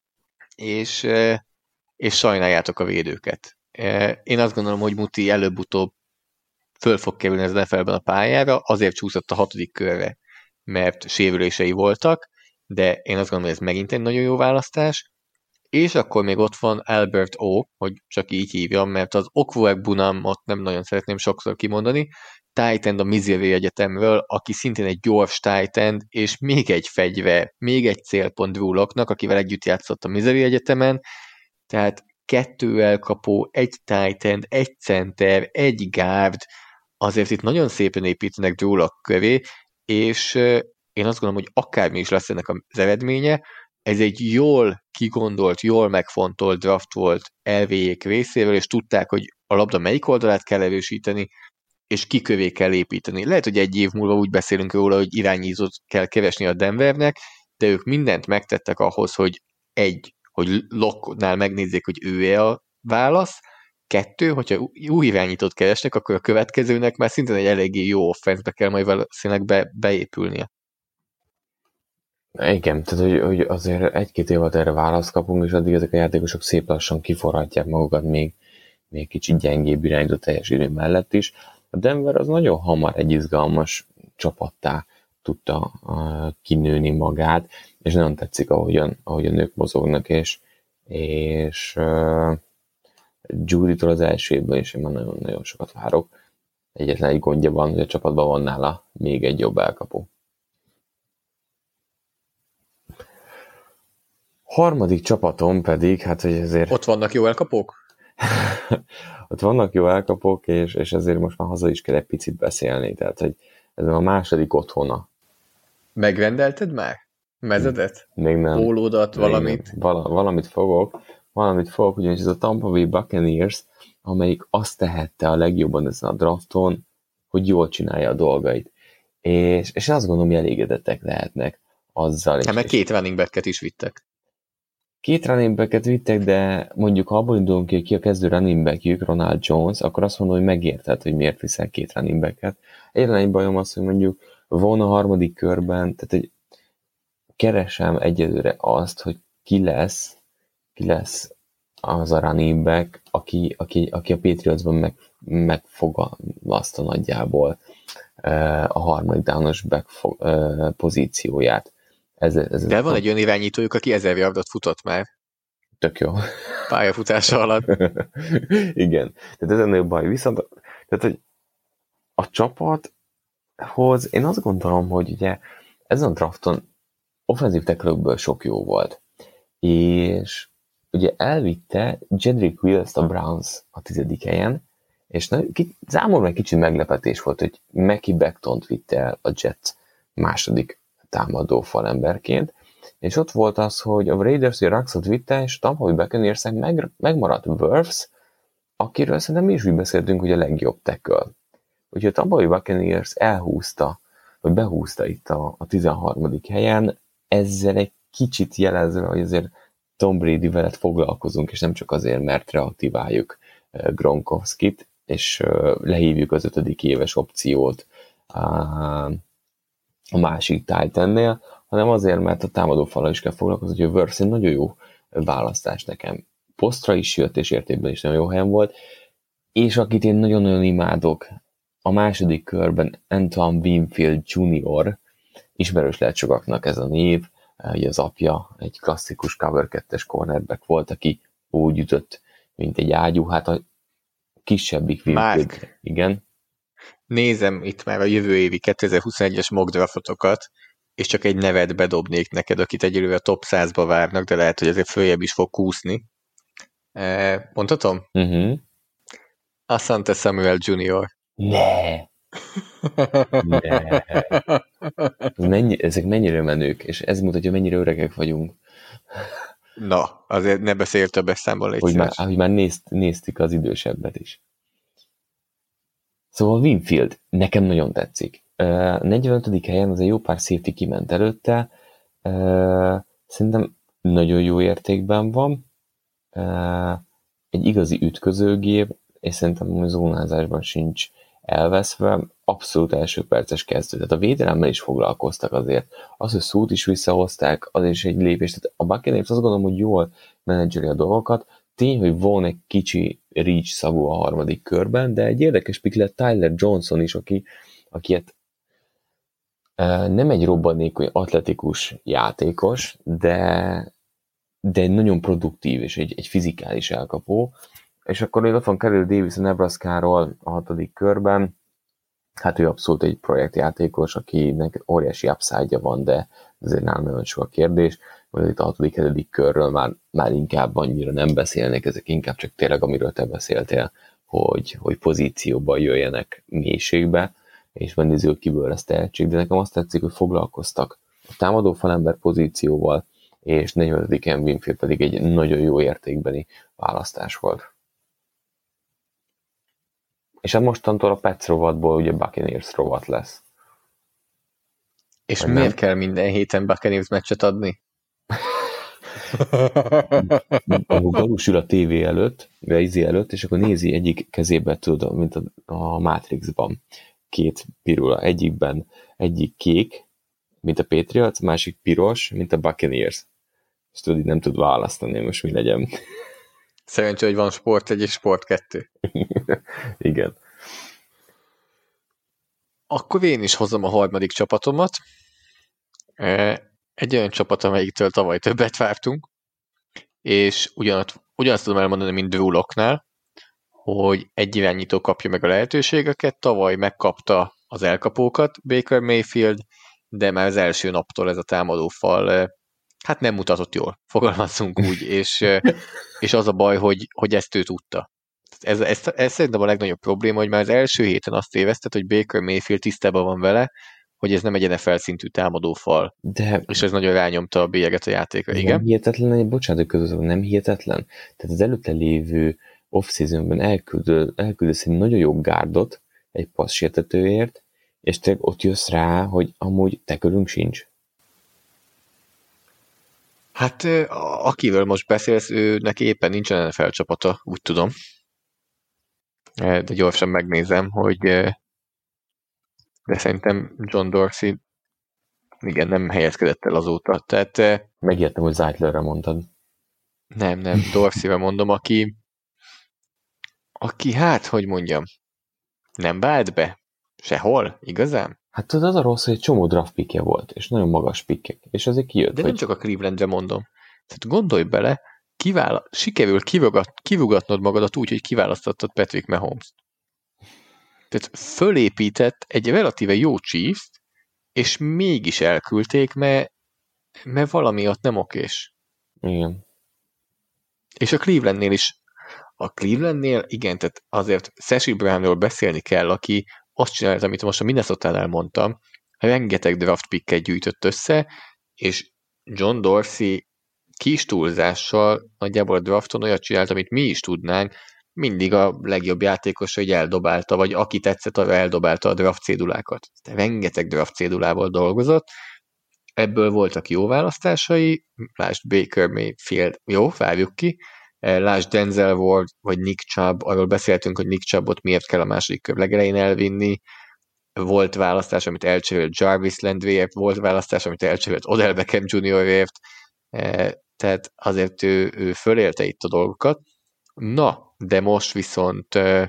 és, eh, és sajnáljátok a védőket. Eh, én azt gondolom, hogy Muti előbb-utóbb föl fog kerülni az en ef el-ben a pályára, azért csúszott a hatodik körre, mert sérülései voltak, de én azt gondolom, hogy ez megint egy nagyon jó választás, és akkor még ott van Albert O, hogy csak így hívjam, mert az Okwuegbunamot nem nagyon szeretném sokszor kimondani, tight end a Missouri Egyetemről, aki szintén egy gyors tight end, és még egy fegyver, még egy célpont Drew Locknak, akivel együtt játszott a Missouri Egyetemen, tehát kettő elkapó, egy tight end, egy center, egy guard, azért itt nagyon szépen építenek Drew Lock köré, és én azt gondolom, hogy akármi is lesz ennek az eredménye, ez egy jól kigondolt, jól megfontolt draft volt elvéjék részéről, és tudták, hogy a labda melyik oldalát kell erősíteni, és kikövé kell építeni. Lehet, hogy egy év múlva úgy beszélünk róla, hogy irányítót kell keresni a Denvernek, de ők mindent megtettek ahhoz, hogy egy, hogy Locknál megnézzék, hogy ő-e a válasz, kettő, hogyha új irányítót keresnek, akkor a következőnek már szintén egy eléggé jó offenszbe kell majd valószínűleg be, beépülnie.
Igen, tehát hogy, hogy azért egy-két év alatt erre választ kapunk, és addig ezek a játékosok szép lassan kiforhatják magukat még, még kicsit gyengébb irányító teljesítmény mellett is. A Denver az nagyon hamar egy izgalmas csapattá tudta uh, kinőni magát, és nagyon tetszik, ahogyan, ahogyan ők mozognak, és, és uh, Judy-tól az első évben is én már nagyon-nagyon sokat várok. Egyetlen egy gondja van, hogy a csapatban van nála még egy jobb elkapó. Harmadik csapatom pedig, hát hogy ezért...
Ott vannak jó elkapók?
Ott vannak jó elkapók, és, és ezért most már haza is kell egy picit beszélni. Tehát, hogy ez a második otthona.
Megrendelted már? Mezedet?
Még nem.
Pólódat, valamit?
Val- valamit fogok. Valamit fogok, ugyanis ez a Tampa Bay Buccaneers, amelyik azt tehette a legjobban ezen a drafton, hogy jól csinálja a dolgait. És, és azt gondolom, hogy elégedettek lehetnek azzal.
Hát meg két running backet is vittek.
Két running backet vittek, de mondjuk ha abból indulunk ki, hogy ki a kezdő running backjük, Ronald Jones, akkor azt mondom, hogy megérted, hogy miért viszel két running backet. Egyetlen egy bajom az, hogy mondjuk van a harmadik körben, tehát egy keresem egyelőre azt, hogy ki lesz, ki lesz az a running back, aki, aki, aki a Patriotsban meg, megfogalmazta nagyjából a harmadik downos back pozícióját. Ez, ez
De van egy olyan irányítójuk, aki ezer yardot futott már.
Tök jó.
Pályafutása alatt.
Igen. Tehát ez a nagyobb baj. Viszont tehát, hogy a csapathoz én azt gondolom, hogy ugye ezen a drafton offenzív tackle-ökből sok jó volt. És ugye elvitte Jedrick Wills a Browns a tizedik helyen, és na, ki, számomra egy kicsit meglepetés volt, hogy Mackie Bectont vitte el a Jets második támadó falemberként, és ott volt az, hogy a Raiders a Ruxot vitte, és a Tampa Bay Buccaneers-nek meg, megmaradt Wirfs, akiről szerintem mi is úgy beszéltünk, hogy a legjobb tackle. Úgyhogy a Tampa Bay Buccaneers elhúzta, vagy behúzta itt a, a tizenharmadik helyen, ezzel egy kicsit jelezve, hogy azért Tom Brady veled foglalkozunk, és nem csak azért, mert reaktiváljuk Gronkowskit, és lehívjuk az ötödik éves opciót a másik Titannél, hanem azért, mert a támadófallal is kell foglalkozni, hogy a Wirfs egy nagyon jó választás nekem. Posztra is jött, és értékben is nagyon jó helyen volt, és akit én nagyon-nagyon imádok, a második körben Antoine Winfield junior, ismerős lehet sokaknak ez a név, ugye az apja egy klasszikus cover kettes cornerback volt, aki úgy ütött, mint egy ágyú, hát a kisebbik Winfield.
Márk.
Igen.
Nézem itt már a jövő évi kétezer-huszonegyes mock draftokat, és csak egy nevet bedobnék neked, akit egyelőre a top százba várnak, de lehet, hogy ezért följebb is fog kúszni. Mondhatom?
Uh-huh.
Asante Samuel junior
Ne! Ne! Mennyi, ezek mennyire menők, és ez mutatja, mennyire öregek vagyunk.
Na, azért ne beszélj többes számból, légy
hogy már,
szíves.
hogy már nézt, néztük az idősebbet is. Szóval Winfield nekem nagyon tetszik. Uh, negyvenötödik helyen az egy jó pár safety kiment előtte. Uh, szerintem nagyon jó értékben van. Uh, egy igazi ütközőgép, és szerintem a zónázásban sincs elveszve. Abszolút első perces kezdő. Tehát a védelemmel is foglalkoztak azért. Az, hogy szót is visszahozták, az is egy lépés. Tehát a Buccaneers azt gondolom, hogy jól menedzseri a dolgokat. Tény, hogy van egy kicsi reach szagú a harmadik körben, de egy érdekes pick lett Tyler Johnson is, aki, aki hát, e, nem egy robbanékony atletikus játékos, de, de egy nagyon produktív és egy, egy fizikális elkapó. És akkor még ott van Khalil Davis a Nebraska-ról a hatodik körben. Hát ő abszolút egy projektjátékos, akinek óriási upside-ja van, de azért nálam nagyon sok a kérdés. Majd itt a hatodik, hetedik körről már, már inkább annyira nem beszélnek, ezek inkább csak tényleg, amiről te beszéltél, hogy, hogy pozícióban jöjjenek mélységbe, és megnézzük, hogy kiből lesz tehetség, de nekem azt tetszik, hogy foglalkoztak a támadó falember pozícióval, és negyvenötödiken Winfield pedig egy nagyon jó értékbeni választás volt. És hát mostantól a Pets rovatból ugye Buccaneers rovat lesz.
És
Vagy
miért
nem?
kell minden héten Buccaneers meccset adni?
Ahol Galus ül a tévé előtt, vagy izé előtt, és akkor nézi egyik kezébe, tudod, mint a, a Matrixban. Két pirula. Egyikben egyik kék, mint a Patriots, másik piros, mint a Buccaneers. És tudod, így nem tud választani, most mi legyen.
Szerencsé, hogy van sport egy és sport kettő.
Igen.
Akkor én is hozom a harmadik csapatomat. Egy olyan csapat, amelyiktől tavaly többet vártunk, és ugyanat, ugyanazt tudom elmondani, mint Drew Locknál, hogy egy irányító kapja meg a lehetőségeket, tavaly megkapta az elkapókat Baker Mayfield, de már az első naptól ez a támadófal hát nem mutatott jól, fogalmazzunk úgy, és, és az a baj, hogy, hogy ezt ő tudta. Ez, ez, ez szerintem a legnagyobb probléma, hogy már az első héten azt tévesztett, hogy Baker Mayfield tisztában van vele, hogy ez nem egy en ef el szintű támadófal. De és ez nagyon rányomta a bélyeget a játékra, igen?
Nem hihetetlen, bocsánat, között, nem hihetetlen. Tehát az előtte lévő off-seasonben elküldöd, elküldesz egy nagyon jó gárdot egy passzsértetőért, és te ott jössz rá, hogy amúgy te körünk sincs.
Hát akivel most beszélsz, őnek éppen nincsen en ef el csapata, úgy tudom. De gyorsan megnézem, hogy de szerintem John Dorsey igen, nem helyezkedett el azóta. Tehát
megértem, hogy Zeitlerre mondtad.
Nem, nem, Dorseyre mondom, aki aki hát, hogy mondjam, nem vált be sehol, igazán?
Hát tudod, az a rossz, hogy egy csomó draft pickje volt, és nagyon magas pickek, és azért kijött.
De
hogy...
nem csak a Clevelandre mondom. Tehát gondolj bele, kivála... sikerül kivugat... kivugatnod magadat úgy, hogy kiválasztottad Patrick Mahomes-t. Tehát fölépített egy relatíve jó Chiefs-t, és mégis elküldték, mert, mert valami ott nem okés.
Igen.
És a Clevelandnél is. A Clevelandnél, igen, tehát azért Sashi Brownról beszélni kell, aki azt csinálta, amit most a Minnesota-nál mondtam, rengeteg draft picket gyűjtött össze, és John Dorsey kis túlzással nagyjából a drafton olyat csinált, amit mi is tudnánk, mindig a legjobb játékos, hogy eldobálta, vagy aki tetszett, arra eldobálta a draft cédulákat. Rengeteg draft cédulával dolgozott, ebből voltak jó választásai, lásd Baker Mayfield, jó, várjuk ki, lásd Denzel Ward, vagy Nick Chubb, arról beszéltünk, hogy Nick Chubbot miért kell a második kör legelején elvinni, volt választás, amit elcserélt Jarvis Landryért, volt választás, amit elcserélt Odell Beckham juniorért, tehát azért ő, ő fölélte itt a dolgokat. Na, de most viszont
ő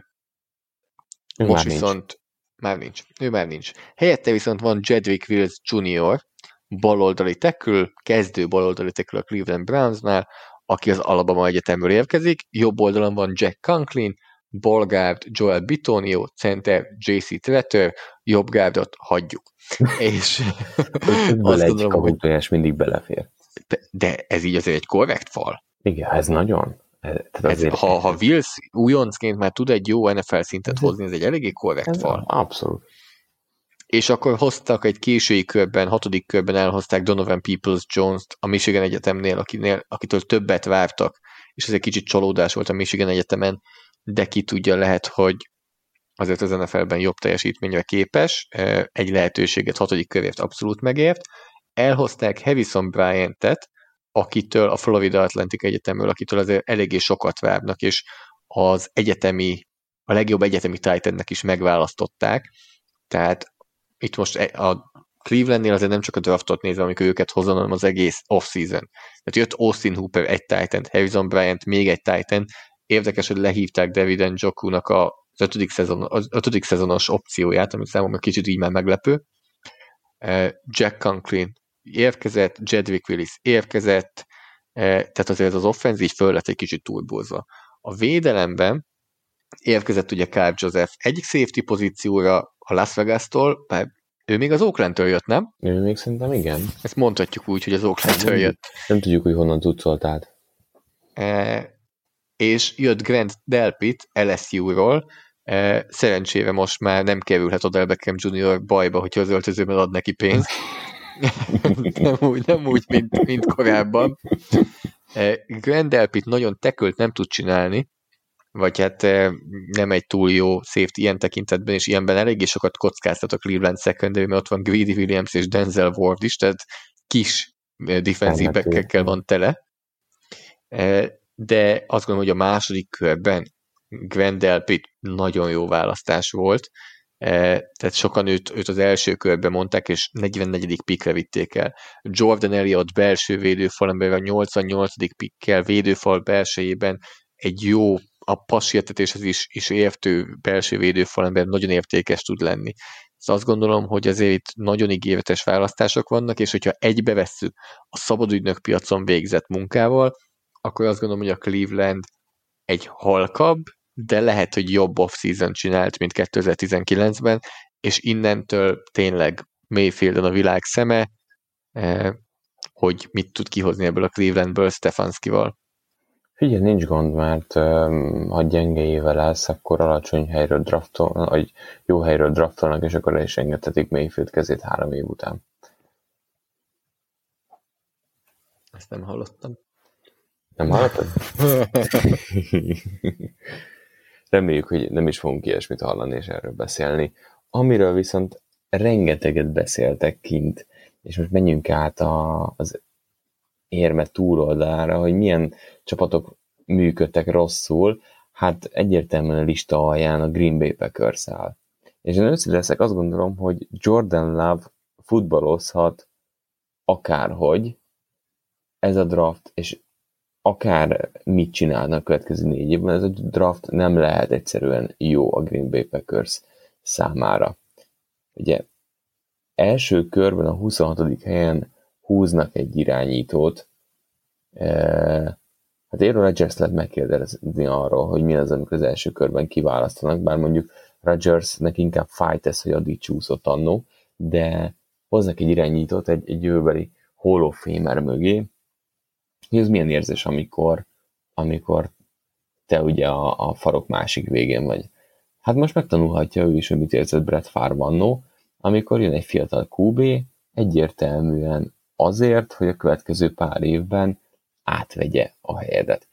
most
már
viszont nincs. már nincs. Ő már nincs. Helyette viszont van Jedrick Wills junior, baloldali tackle, kezdő baloldali tackle a Cleveland Brownsnál, aki az Alabama Egyetemről érkezik, jobb oldalon van Jack Conklin, ballguard Joel Bitonio, center jé cé Tretter, jobb guardot hagyjuk. És
azt egy kaputojás mindig belefér.
De ez így azért egy korrekt fal.
Igen, ez nagyon.
Tehát azért ez, ha, ha Wills újoncként már tud egy jó en ef el szintet hozni, ez egy eléggé korrekt ez fal.
Abszolút.
És akkor hoztak egy késői körben, hatodik körben elhozták Donovan Peoples-Jones-t a Michigan Egyetemnél, akinél, akitől többet vártak, és ez egy kicsit csalódás volt a Michigan Egyetemen, de ki tudja, lehet, hogy azért az en ef el-ben jobb teljesítményre képes, egy lehetőséget hatodik körért abszolút megért. Elhozták Harrison Bryant-et, akitől a Florida Atlantic Egyetemről, akitől azért eléggé sokat várnak, és az egyetemi, a legjobb egyetemi Titannek is megválasztották, tehát itt most a Clevelandnél azért nem csak a draftot nézve, amikor őket hozzon, hanem az egész off-season. Tehát jött Austin Hooper egy Titan, Harrison Bryant még egy Titan, érdekes, hogy lehívták David Njoku-nak az ötödik, szezon, az ötödik szezonos opcióját, ami számomra kicsit így már meglepő. Jack Conklin érkezett, Jedrick Willis érkezett, tehát azért az offenzív föl lett egy kicsit túlbúzva. A védelemben érkezett ugye Kyle Joseph egyik safety pozícióra a Las Vegas-tól, bár ő még az Oakland-től jött, nem?
Ő még szerintem igen.
Ezt mondhatjuk úgy, hogy az Oakland-től jött.
Nem tudjuk, hogy honnan cuccolt át.
E, és jött Grant Delpit el es u-ról, e, szerencsére most már nem kerülhet Odell Beckham junior bajba, hogyha az öltözőben ad neki pénzt. nem úgy, nem úgy mint, mint korábban. E, Grant Delpit nagyon tekölt nem tud csinálni, vagy hát nem egy túl jó safety ilyen tekintetben, és ilyenben eléggé sokat kockáztat a Cleveland secondary, mert ott van Greedy Williams és Denzel Ward is, tehát kis defensive back-ekkel van tele. De azt gondolom, hogy a második körben Grant Delpit nagyon jó választás volt, tehát sokan őt, őt az első körben mondták, és negyvennegyedik pickre vitték el. Jordan Elliott belső védőfal, amiben a nyolcvannyolcadik pickkel védőfal belsejében egy jó, a passzsértetéshez is, is értő belső védőfal, amiben nagyon értékes tud lenni. Szóval azt gondolom, hogy azért itt nagyon ígéretes választások vannak, és hogyha egybe vesszük a szabadügynök piacon végzett munkával, akkor azt gondolom, hogy a Cleveland egy halkabb, de lehet, hogy jobb off-season csinált, mint kétezer-tizenkilencben, és innentől tényleg Mayfieldon a világ szeme, hogy mit tud kihozni ebből a Clevelandből Stefanskival.
Figyelj, nincs gond, mert um, ha gyenge éve lesz, akkor alacsony helyről draftolnak, vagy jó helyről draftolnak, és akkor el is engedhetik Mayfield kezét három év után.
Ezt nem hallottam.
Nem hallottad? Reméljük, hogy nem is fogunk ilyesmit hallani és erről beszélni. Amiről viszont rengeteget beszéltek kint, és most menjünk át a, az érme túloldalára, hogy milyen csapatok működtek rosszul, hát egyértelműen a lista alján a Green Bay Packers áll. És én őszintén leszek, azt gondolom, hogy Jordan Love futballozhat akárhogy, ez a draft, és akár mit csinálnak a következő négy évben, ez a draft nem lehet egyszerűen jó a Green Bay Packers számára. Ugye első körben a huszonhatodik helyen húznak egy irányítót. Hát Aaron Rodgers lehet megkérdezni arról, hogy mi az, amikor az első körben kiválasztanak, bár mondjuk Rodgersnek inkább fájt ez, hogy addig csúszott annó, de hoznak egy irányítót egy, egy jövőbeli Hall of Famer mögé. Ez milyen érzés, amikor, amikor te ugye a, a farok másik végén vagy. Hát most megtanulhatja ő is, hogy mit érzett Brett Favre annó, amikor jön egy fiatal kú bé, egyértelműen azért, hogy a következő pár évben átvegye a helyedet.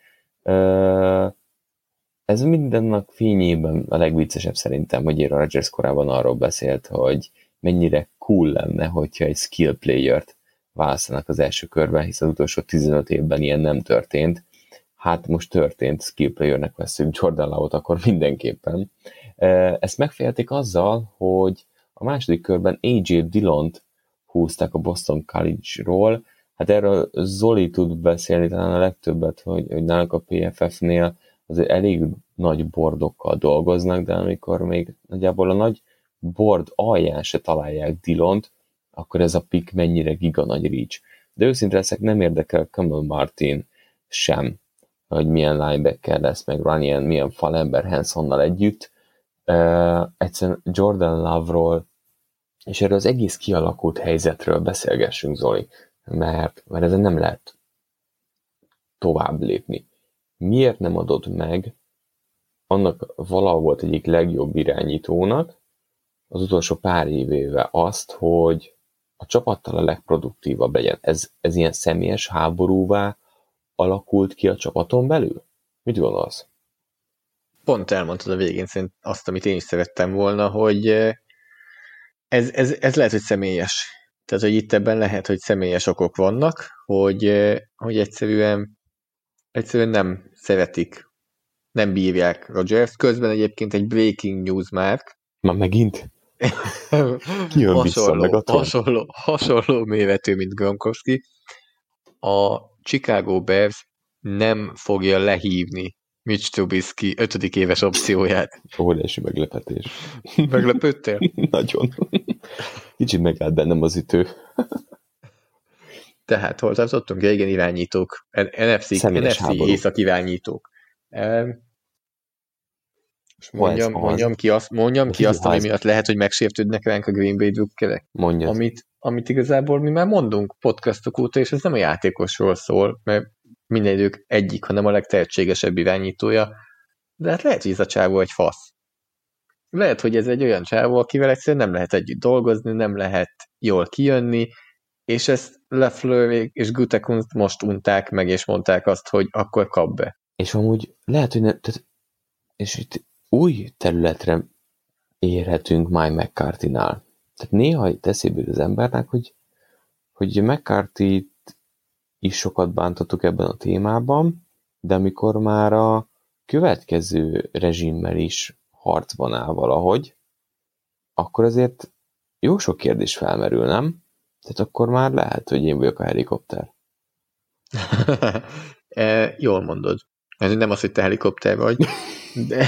Ez mindennek fényében a legviccesebb szerintem, hogy Aaron Rodgers korábban arról beszélt, hogy mennyire cool lenne, hogyha egy skill player-t választanak az első körben, hiszen az utolsó tizenöt évben ilyen nem történt. Hát most történt, skill playernek veszünk Jordan Love-ot, akkor mindenképpen. Ezt megfejelték azzal, hogy a második körben á jé Dillont húzták a Boston College-ról. Hát erről Zoli tud beszélni talán a legtöbbet, hogy, hogy nálunk a pé ef ef-nél azért elég nagy bordokkal dolgoznak, de amikor még nagyjából a nagy bord alján se találják Dillont, akkor ez a pick mennyire giga nagy reach. De őszintén leszek, nem érdekel Kamal Martin sem, hogy milyen linebacker lesz, meg Runyan, milyen falember Hansonnal együtt. Uh, egyszerűen Jordan Love-ról és erről az egész kialakult helyzetről beszélgessünk, Zoli, mert, mert ezen nem lehet tovább lépni. Miért nem adod meg annak valahol volt egyik legjobb irányítónak az utolsó pár évével azt, hogy a csapattal a legproduktívabb legyen. Ez, ez ilyen személyes háborúvá alakult ki a csapaton belül? Mit gondolsz?
Pont elmondtad a végén szerint azt, amit én is szerettem volna, hogy ez, ez, ez lehet, hogy személyes. Tehát, hogy itt ebben lehet, hogy személyes okok vannak, hogy, hogy egyszerűen, egyszerűen nem szeretik, nem bírják Rodgers. Közben egyébként egy breaking news már.
Már megint? Ki jön vissza meg a
hasonló, hasonló méretű, mint Gronkowski. A Chicago Bears nem fogja lehívni Mitch Trubisky ötödik éves opcióját.
Óriási meglepetés.
Meglepődtél?
Nagyon. Kicsit megállt bennem az ütő.
Tehát hol tartottunk? Ja, igen, irányítók. en ef cé, en ef cé észak irányítók. És mondjam, mondjam ki azt, mondjam ki azt ami miatt lehet, hogy megsértődnek ránk a Green Bay drukkerek. Amit, amit igazából mi már mondunk podcastok óta, és ez nem a játékosról szól, mert minden idők egyik, hanem a legtehetségesebb irányítója, de hát lehet, hogy ez a csávó egy fasz. Lehet, hogy ez egy olyan csávó, akivel egyszerűen nem lehet együtt dolgozni, nem lehet jól kijönni, és ezt LeFleur és Gutekunst most unták meg, és mondták azt, hogy akkor kap be.
És amúgy lehet, hogy nem, tehát, és itt új területre érhetünk Mike McCarthy-nál. Tehát néha itt eszébe az embernek, hogy, hogy McCarthy is sokat bántottuk ebben a témában, de amikor már a következő rezsimmel is harcban áll valahogy, akkor azért jó sok kérdés felmerül, nem? Tehát akkor már lehet, hogy én vagyok a helikopter.
e, jól mondod. Ez nem az, hogy te helikopter vagy, de,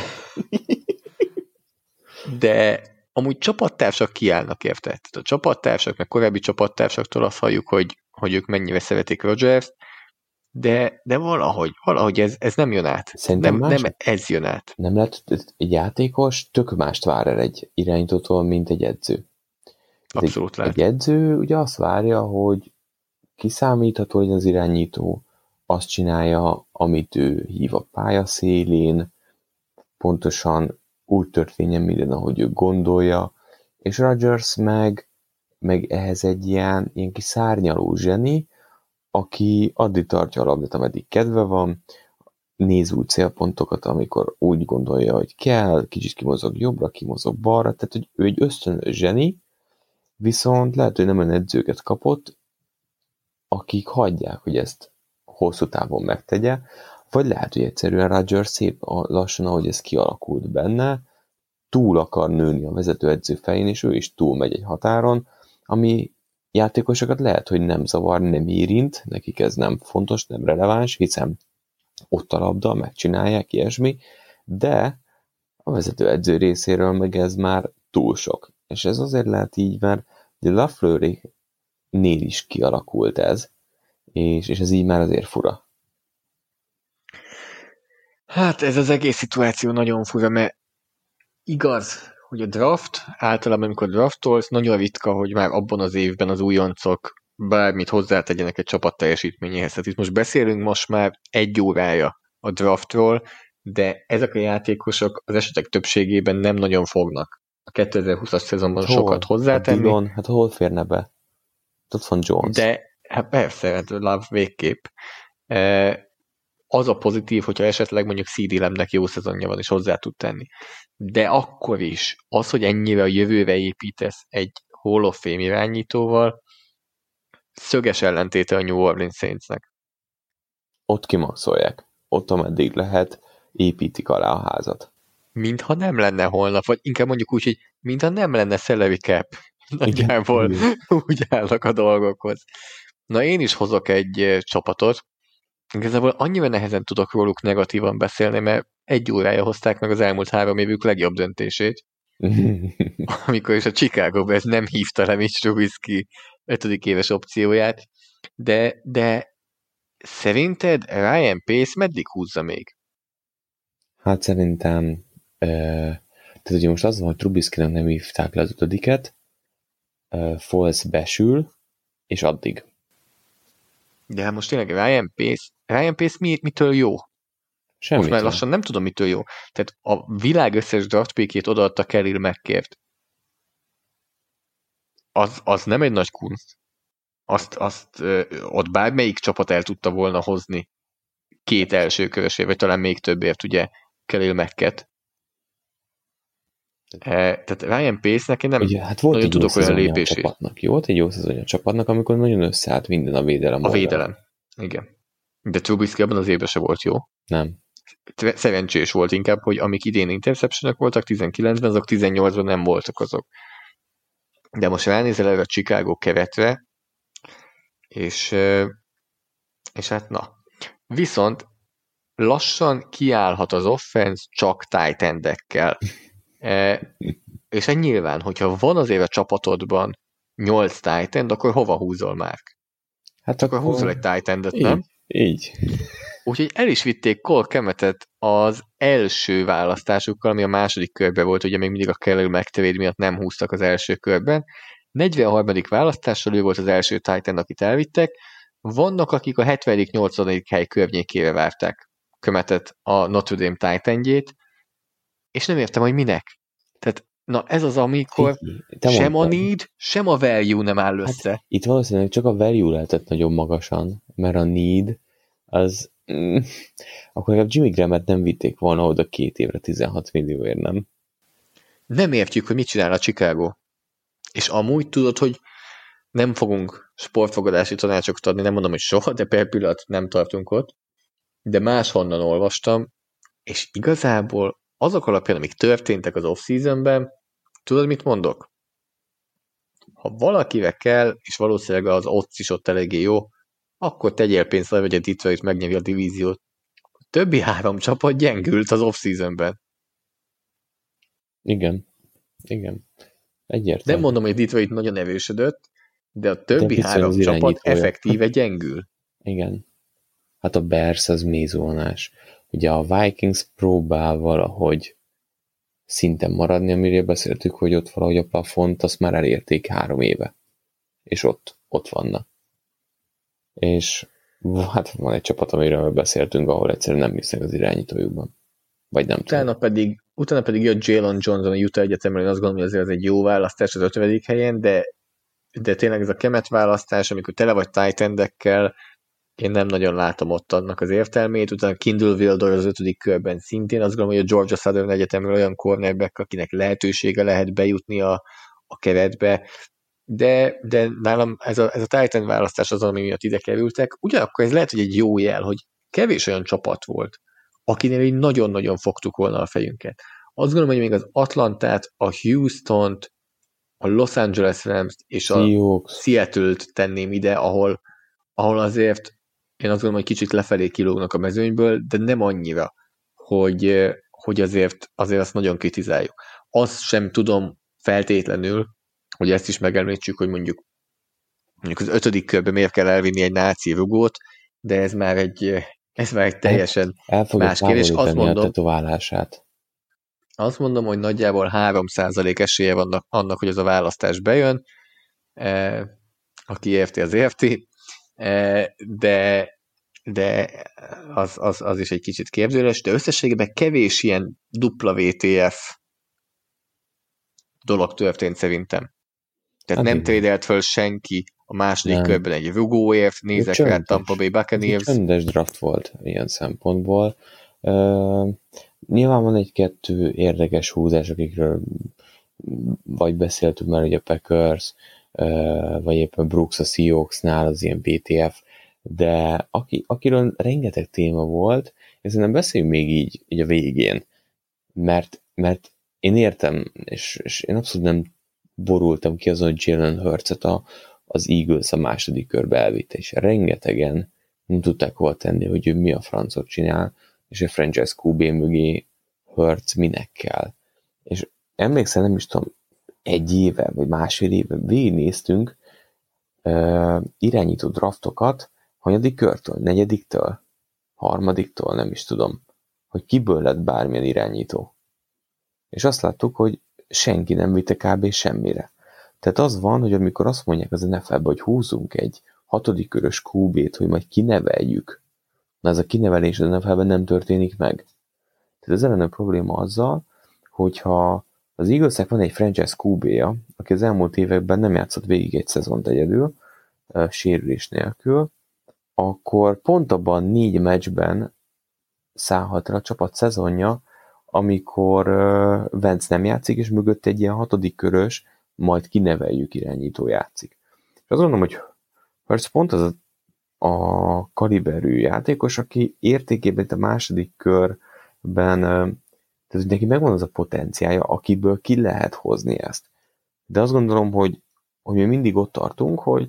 de amúgy csapattársak kiállnak érte. Tehát a csapattársak, meg korábbi csapattársaktól azt halljuk, hogy, hogy ők mennyire szeretik Rodgers-t, de, de valahogy, valahogy ez, ez nem jön át.
Szerintem
nem,
más,
nem ez jön át.
Nem lehet, egy játékos tök mást vár el egy irányítótól, mint egy edző.
Abszolút
egy,
lehet.
Egy edző ugye azt várja, hogy kiszámítható legyen az irányító, azt csinálja, amit ő hív a pályaszélén, pontosan úgy történjen minden, ahogy ő gondolja, és Rodgers meg, meg ehhez egy ilyen, ilyen kis szárnyaló zseni, aki addig tartja a labdát, ameddig kedve van, néz úgy célpontokat, amikor úgy gondolja, hogy kell, kicsit kimozog jobbra, kimozog balra, tehát hogy ő egy ösztönös zseni, viszont lehet, hogy nem olyan edzőket kapott, akik hagyják, hogy ezt hosszú távon megtegye, vagy lehet, hogy egyszerűen Rodgers szép lassan, ahogy ez kialakult benne, túl akar nőni a vezetőedző fején, és ő is túl megy egy határon, ami játékosokat lehet, hogy nem zavar, nem érint, nekik ez nem fontos, nem releváns, hiszen ott a labda, megcsinálják, ilyesmi, de a vezetőedző részéről meg ez már túl sok. És ez azért lehet így, mert LaFleur-nél is kialakult ez, és, és ez így már azért fura.
Hát ez az egész szituáció nagyon fura, mert igaz, hogy a draft, általában amikor draftolsz, nagyon ritka, hogy már abban az évben az újoncok bármit hozzátegyenek egy csapat teljesítményéhez. Tehát itt most beszélünk most már egy órája a draftról, de ezek a játékosok az esetek többségében nem nagyon fognak a kétezer-húszas szezonban hol? sokat hozzátenni.
Hát Dillon, hát hol férne be? Ott van Jones.
De hát persze, hát Love végképp. Az a pozitív, hogyha esetleg mondjuk cé dé Lambnek jó szezonja van, és hozzá tud tenni. De akkor is az, hogy ennyire a jövőre építesz egy Hall of Fame irányítóval, szöges ellentéte a New Orleans Saintsnek.
Ott kimaxolják. Ott, ameddig lehet, építik alá a házat.
Mintha nem lenne holnap, vagy inkább mondjuk úgy, hogy mintha nem lenne salary cap. Nagyjából úgy állnak a dolgokhoz. Na én is hozok egy csapatot. Igazából annyira nehezen tudok róluk negatívan beszélni, mert egy órája hozták meg az elmúlt három évük legjobb döntését. Amikor is a Chicago Bears nem hívta le Mitch Trubisky ötödik éves opcióját. De, de szerinted Ryan Pace meddig húzza még?
Hát szerintem uh, tehát ugye most az van, hogy Trubiskynek nem hívták le az ötödiket, uh, Foles besül, és addig.
De hát most tényleg Ryan Pace, Ryan Pace mi, mitől jó?
Semmitől.
Most már lassan nem tudom, mitől jó. Tehát a világ összes draft pickjét odaadta Khalil Mackért. Az, az nem egy nagy kunst. Azt, azt ö, ott bármelyik csapat el tudta volna hozni két első körösé, vagy talán még többért, ugye, Khalil Macket. E, tehát Ryan Pace-nek én nem
ugye, hát volt
nagyon tudok olyan lépését.
Csapatnak. Jó, volt egy jó szezonja a csapatnak, amikor nagyon összeállt minden a védelem.
A védelem, igen. De Trubisky abban az évben se volt jó.
Nem.
Szerencsés volt inkább, hogy amik idén interceptionok voltak, tizenkilencben, azok tizennyolcban nem voltak azok. De most ránézel erre a Chicago keretre, és, és hát na. Viszont lassan kiállhat az offense csak tight endekkel. E, és egy nyilván, hogyha van azért a csapatodban nyolc tight end, akkor hova húzol már? Hát akkor, akkor húzol egy tight endet,
így,
nem?
Így.
Úgyhogy el is vitték Cole Kmetet az első választásukkal, ami a második körben volt, ugye még mindig a Khalil Mack trade miatt nem húztak az első körben. negyvenharmadik választással ő volt az első tight end, akit elvittek. Vannak, akik a hetvenedik nyolcvadik hely környékére várták Kmetet, a Notre Dame tight endjét, és nem értem, hogy minek. Tehát, na ez az, amikor Te sem mondtad. A need, sem a value nem áll össze. Hát,
itt valószínűleg csak a value lehetett nagyon magasan, mert a need az mm, akkor legalább Jimmy Graham-et nem vitték volna oda két évre tizenhat millióért, nem?
Nem értjük, hogy mit csinál a Chicago. És amúgy tudod, hogy nem fogunk sportfogadási tanácsokat adni, nem mondom, hogy soha, de per pillanat nem tartunk ott, de máshonnan olvastam, és igazából azok alapján, amik történtek az off-seasonben, tudod, mit mondok? Ha valakivel kell, és valószínűleg az odds is ott eléggé jó, akkor tegyél pénzt, hogy a Detroit megnyeri a divíziót. A többi három csapat gyengült az off-seasonben.
Igen. Igen. Egyértelmű.
Nem mondom, hogy Detroit nagyon erősödött, de a többi de három csapat effektíve gyengül.
Igen. hát a Bears az mézónás. Ugye a Vikings próbál valahogy szinten maradni, amire beszéltük, hogy ott valahogy a plafont, azt már elérték három éve. És ott, ott vannak. És hát van egy csapat, amiről beszéltünk, ahol egyszerűen nem hisznek az irányítójukban. Vagy nem
utána
tudom.
pedig, utána pedig jött Jalen Johnson a Utah Egyetemről, én azt gondolom, hogy azért ez egy jó választás az ötödik helyen, de, de tényleg ez a kemet választás, amikor tele vagy tight endekkel, én nem nagyon látom ott annak az értelmét. Utána Kindle Wildor az ötödik körben szintén, azt gondolom, hogy a Georgia Southern Egyetemről olyan cornerback, akinek lehetősége lehet bejutni a, a keretbe, de, de nálam ez a, ez a tight end választás az, ami miatt ide kerültek. Ugyanakkor ez lehet, hogy egy jó jel, hogy kevés olyan csapat volt, akinél így nagyon-nagyon fogtuk volna a fejünket. Azt gondolom, hogy még az Atlantát, a Houstont, a Los Angeles Rams-t és a
Seahawks.
Seattle-t tenném ide, ahol, ahol azért én azt gondolom, hogy kicsit lefelé kilógnak a mezőnyből, de nem annyira, hogy, hogy azért, azért azt nagyon kritizáljuk. Azt sem tudom feltétlenül, hogy ezt is megemlítsük, hogy mondjuk, mondjuk az ötödik körben miért kell elvinni egy náci rugót, de ez már egy, ez már egy teljesen
El fogja
más kérdés. Azt
távolítani a
mondom,
tetoválását.
azt mondom, hogy nagyjából három százalék esélye vannak annak, hogy ez a választás bejön. E, aki érti, az érti. E, de de az, az, az is egy kicsit kérdőles, de összességében kevés ilyen dupla vé té ef dolog történt szerintem. Tehát
Hát
nem
igen.
trédelt föl senki a második
Nem.
körben egy rugóért, nézek
Csöndes.
rá Tampa Bay Buccaneers.
Csöndes draft volt ilyen szempontból. Uh, nyilván van egy-kettő érdekes húzás, akikről vagy beszéltünk már, hogy a Packers, uh, vagy éppen Brooks a Seahawksnál az ilyen bé té ef, de aki, akiről rengeteg téma volt, és szerintem beszéljünk még így, így a végén, mert, mert én értem, és, és én abszolút nem borultam ki azon, hogy Jalen Hurts-et a, az Eagles a második körbe elvitte, és rengetegen nem tudták hova tenni, hogy ő mi a francot csinál, és a franchise kú bé mögé Hurts minek kell. És emlékszem, nem is tudom, egy éve, vagy másfél éve végignéztünk uh, irányító draftokat, hanyadik körtől, negyediktől, harmadiktól, nem is tudom, hogy kiből lett bármilyen irányító. És azt láttuk, hogy senki nem vitte kb. Semmire. Tehát az van, hogy amikor azt mondják az en ef el-be, hogy húzunk egy hatodik körös kú bét, hogy majd kineveljük, na ez a kinevelés az en ef el-ben nem történik meg. Tehát az ellen probléma azzal, hogyha az Eaglesnek van egy franchise kú béja, aki az elmúlt években nem játszott végig egy szezont egyedül, sérülés nélkül, akkor pont abban négy meccsben szállhat el a csapat szezonja, amikor uh, Vance nem játszik, és mögött egy ilyen hatodik körös, majd kineveljük irányító játszik. És azt gondolom, hogy Hurts pont az a, a kaliberű játékos, aki értékében a második körben, uh, tehát neki megvan az a potenciálja, akiből ki lehet hozni ezt. De azt gondolom, hogy, hogy mi mindig ott tartunk, hogy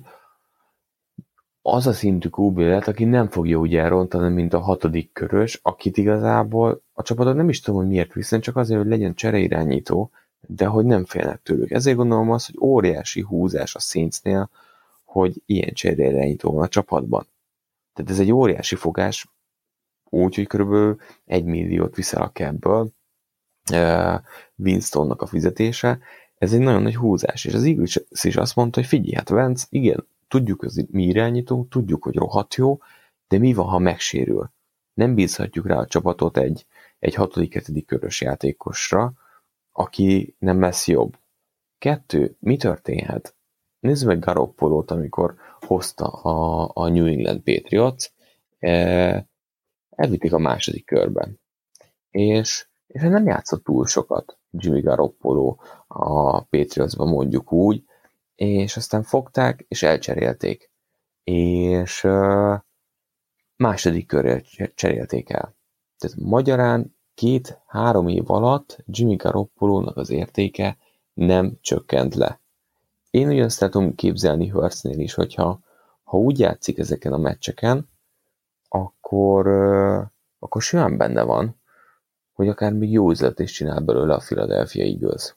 az a szintű kú bé lett, aki nem fogja úgy elrontani, mint a hatodik körös, akit igazából a csapatot nem is tudom, hogy miért viszont, csak azért, hogy legyen csereirányító, de hogy nem félnek tőlük. Ezért gondolom azt, hogy óriási húzás a Saintsnél, hogy ilyen csereirányító van a csapatban. Tehát ez egy óriási fogás, úgy, hogy körülbelül egy milliót viszel a capből, uh, Winstonnak a fizetése, ez egy nagyon nagy húzás, és az Eagles is azt mondta, hogy figyelj, hát Vance, igen, tudjuk, hogy mi irányítunk, tudjuk, hogy rohadt jó, de mi van, ha megsérül? Nem bízhatjuk rá a csapatot egy, egy hatodik-hetedik körös játékosra, aki nem lesz jobb. Kettő, mi történhet? Nézzük meg Garoppolót, amikor hozta a, a New England Patriots, e, elvitték a második körben. És, és nem játszott túl sokat Jimmy Garoppolo a Patriotsban, mondjuk úgy, és aztán fogták, és elcserélték. És uh, második körre cserélték el. Tehát magyarán két-három év alatt Jimmy Garoppolónak az értéke nem csökkent le. Én ugyanazt el tudom képzelni Hurtsnél is, hogyha ha úgy játszik ezeken a meccseken, akkor, uh, akkor simán benne van, hogy akár még jó üzlet is csinál belőle a Philadelphia Eagles.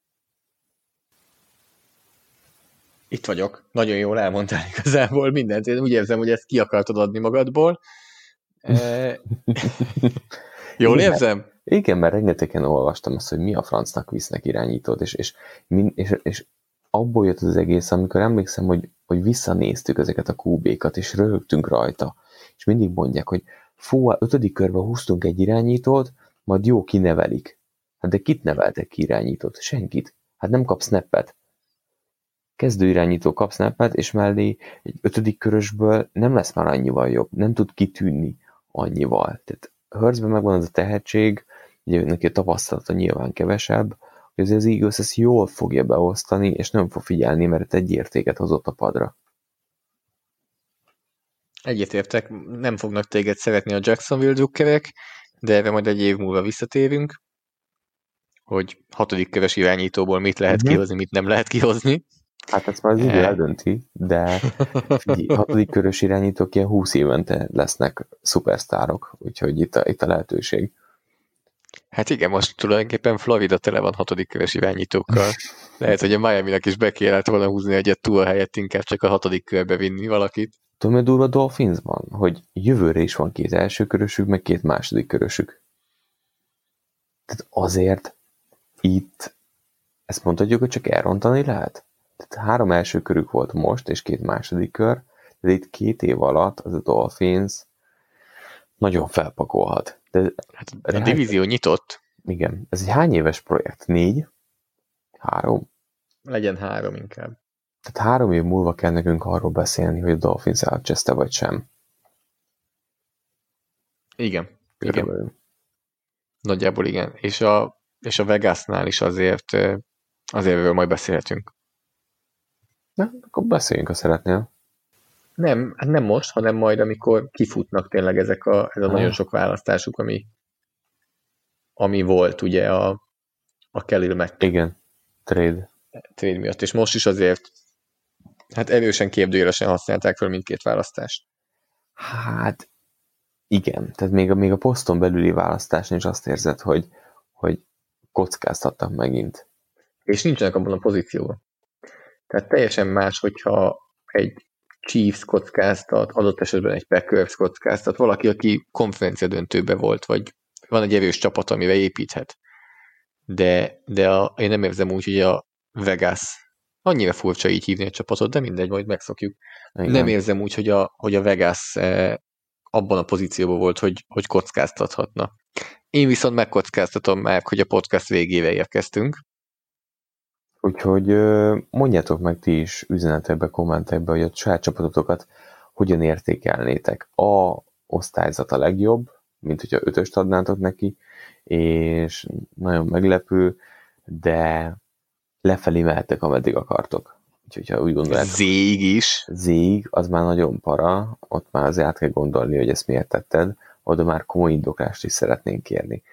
Itt vagyok. Nagyon jól elmondtál igazából mindent. Én úgy érzem, hogy ezt ki akartad adni magadból. Jól
igen,
érzem?
Igen, mert rengetegen olvastam azt, hogy mi a francnak visznek irányítót, és, és, és, és abból jött az egész, amikor emlékszem, hogy, hogy visszanéztük ezeket a kú békat, és röhögtünk rajta, és mindig mondják, hogy fú, a ötödik körben húztunk egy irányítót, majd jó, kinevelik. Hát de kit neveltek ki irányítót? Senkit. Hát nem kap snappet. Kezdő irányító kap snappet, és mellé egy ötödik körösből nem lesz már annyival jobb, nem tud kitűnni annyival. Tehát Hurtsben megvan az a tehetség, ugye neki a tapasztalata nyilván kevesebb, hogy azért az Eagles ezt jól fogja beosztani, és nem fog figyelni, mert egy értéket hozott a padra.
Egyetértek, nem fognak téged szeretni a Jacksonville drukkerek, de erre majd egy év múlva visszatérünk, hogy hatodik köves irányítóból mit lehet uh-huh. kihozni, mit nem lehet kihozni.
Hát ezt már az idő eldönti, de figyelj, hatodik körös irányítók ilyen húsz évente lesznek szupersztárok, úgyhogy itt a, itt a lehetőség.
Hát igen, most tulajdonképpen Florida tele van hatodik köves irányítókkal. Lehet, hogy a Miami-nak is be kellett volna húzni egyet túl helyett, inkább csak a hatodik körbe vinni valakit.
Tudom, hogy durva Dolphinsban, hogy jövőre is van két első körösük, meg két második körösük. Tehát azért itt ezt mondhatjuk, hogy csak elrontani lehet? Tehát három első körük volt most, és két második kör, de itt két év alatt az a Dolphins nagyon felpakolhat. De
hát a reál... divízió nyitott.
Igen. Ez egy hány éves projekt? Négy? Három?
Legyen három inkább.
Tehát három év múlva kell nekünk arról beszélni, hogy a Dolphins elcseszte vagy sem.
Igen. Igen. Nagyjából igen. És a, és a Vegasnál is azért azért erről majd beszélhetünk.
Na, akkor beszéljünk, ha szeretnél.
Nem, hát nem most, hanem majd, amikor kifutnak tényleg ezek a, ez a ah. nagyon sok választásuk, ami, ami volt ugye a, a Khalil Mack.
Igen, trade.
Trade miatt, és most is azért hát erősen kérdőjelesen használták fel mindkét választást.
Hát igen, tehát még a, még a poszton belüli választásnál is azt érzed, hogy, hogy kockáztattak megint.
És nincsenek abban a pozícióban. Tehát teljesen más, hogyha egy Chiefs kockáztat, adott esetben egy Packers kockáztat, valaki, aki konferencia döntőbe volt, vagy van egy erős csapat, amire építhet. De, de a, én nem érzem úgy, hogy a Vegas, annyira furcsa így hívni a csapatot, de mindegy, majd megszokjuk. Igen. Nem érzem úgy, hogy a, hogy a Vegas eh, abban a pozícióban volt, hogy, hogy kockáztathatna. Én viszont megkockáztatom már, hogy a podcast végével érkeztünk.
Úgyhogy mondjátok meg ti is üzenetekbe, kommentekbe, hogy a saját csapatotokat hogyan értékelnétek. A osztályzat a legjobb, mint hogyha ötöst adnátok neki, és nagyon meglepő, de lefelé mehettek, ameddig akartok. Úgyhogy ha úgy gondoljátok...
Zég is.
Zég, az már nagyon para, ott már azért át kell gondolni, hogy ezt miért tetted, oda már komoly indoklást is szeretnénk kérni.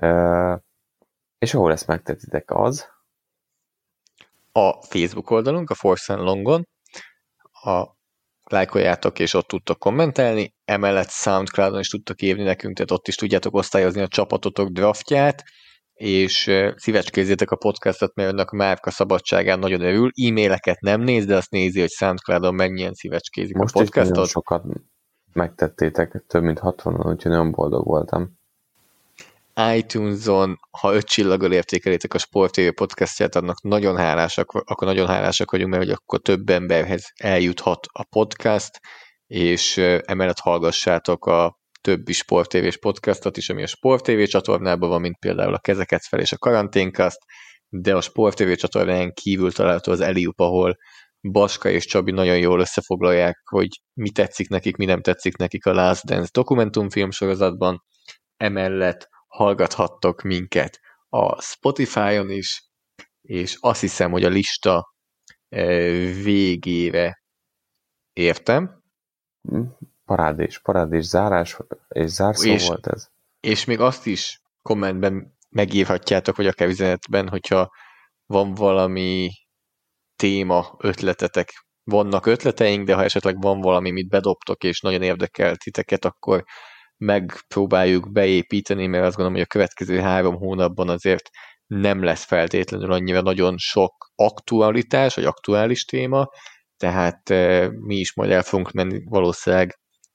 És ahol ezt megtettitek az,
a Facebook oldalunk, a Fourth and Longon, a lájkoljátok, és ott tudtok kommentelni, emellett SoundCloudon is tudtok írni nekünk, tehát ott is tudjátok osztályozni a csapatotok draftját, és szívecskézzétek a podcastot, mert önnek a márka szabadságán nagyon örül. E-maileket nem néz, de azt nézi, hogy SoundCloudon mennyien szívecskézik
most
a podcastot.
Most is sokat megtettétek, több mint hatvanon, úgyhogy nagyon boldog voltam.
iTunes-on, ha öt csillaggal értékelétek a Sport té vé podcastját, annak nagyon hálásak, akkor nagyon hálásak vagyunk, mert hogy akkor több emberhez eljuthat a podcast, és emellett hallgassátok a többi Sport té vés podcastot is, ami a Sport té vé csatornában van, mint például a Kezeket fel és a Karanténkast, de a Sport té vé csatornán kívül található az Eliup, ahol Baska és Csabi nagyon jól összefoglalják, hogy mi tetszik nekik, mi nem tetszik nekik a Last Dance dokumentumfilm sorozatban. Emellett hallgathattok minket a Spotify-on is, és azt hiszem, hogy a lista végére értem.
Parádés, parádés, zárás és zárszó és, volt ez.
És még azt is kommentben megírhatjátok, vagy akár üzenetben, hogyha van valami téma, ötletetek. Vannak ötleteink, de ha esetleg van valami, mit bedobtok, és nagyon érdekel titeket, akkor megpróbáljuk beépíteni, mert azt gondolom, hogy a következő három hónapban azért nem lesz feltétlenül annyira nagyon sok aktualitás, vagy aktuális téma, tehát mi is majd el fogunk menni valószínűleg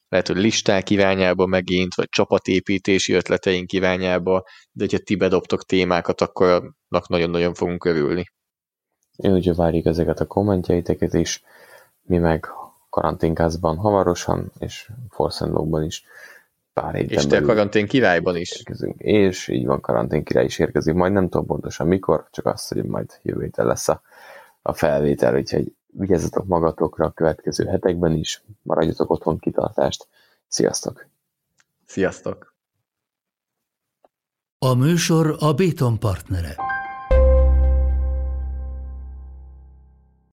lehet, hogy listák irányába megint, vagy csapatépítési ötleteink irányába, de hogyha ti bedobtok témákat, akkor annak nagyon-nagyon fogunk örülni.
Én ugye várjuk ezeket a kommentjeiteket is, mi meg karanténkázban hamarosan, és Force and Logban is pár héten
És te a karantén királyban is.
Érkezünk. És így van, karantén király is érkezik, majd nem tudom pontosan mikor, csak azt, hogy majd jövő héten lesz a, a felvétel, úgyhogy vigyázzatok magatokra a következő hetekben is, maradjatok otthon, kitartást. Sziasztok!
Sziasztok!
A műsor a Béton partnere.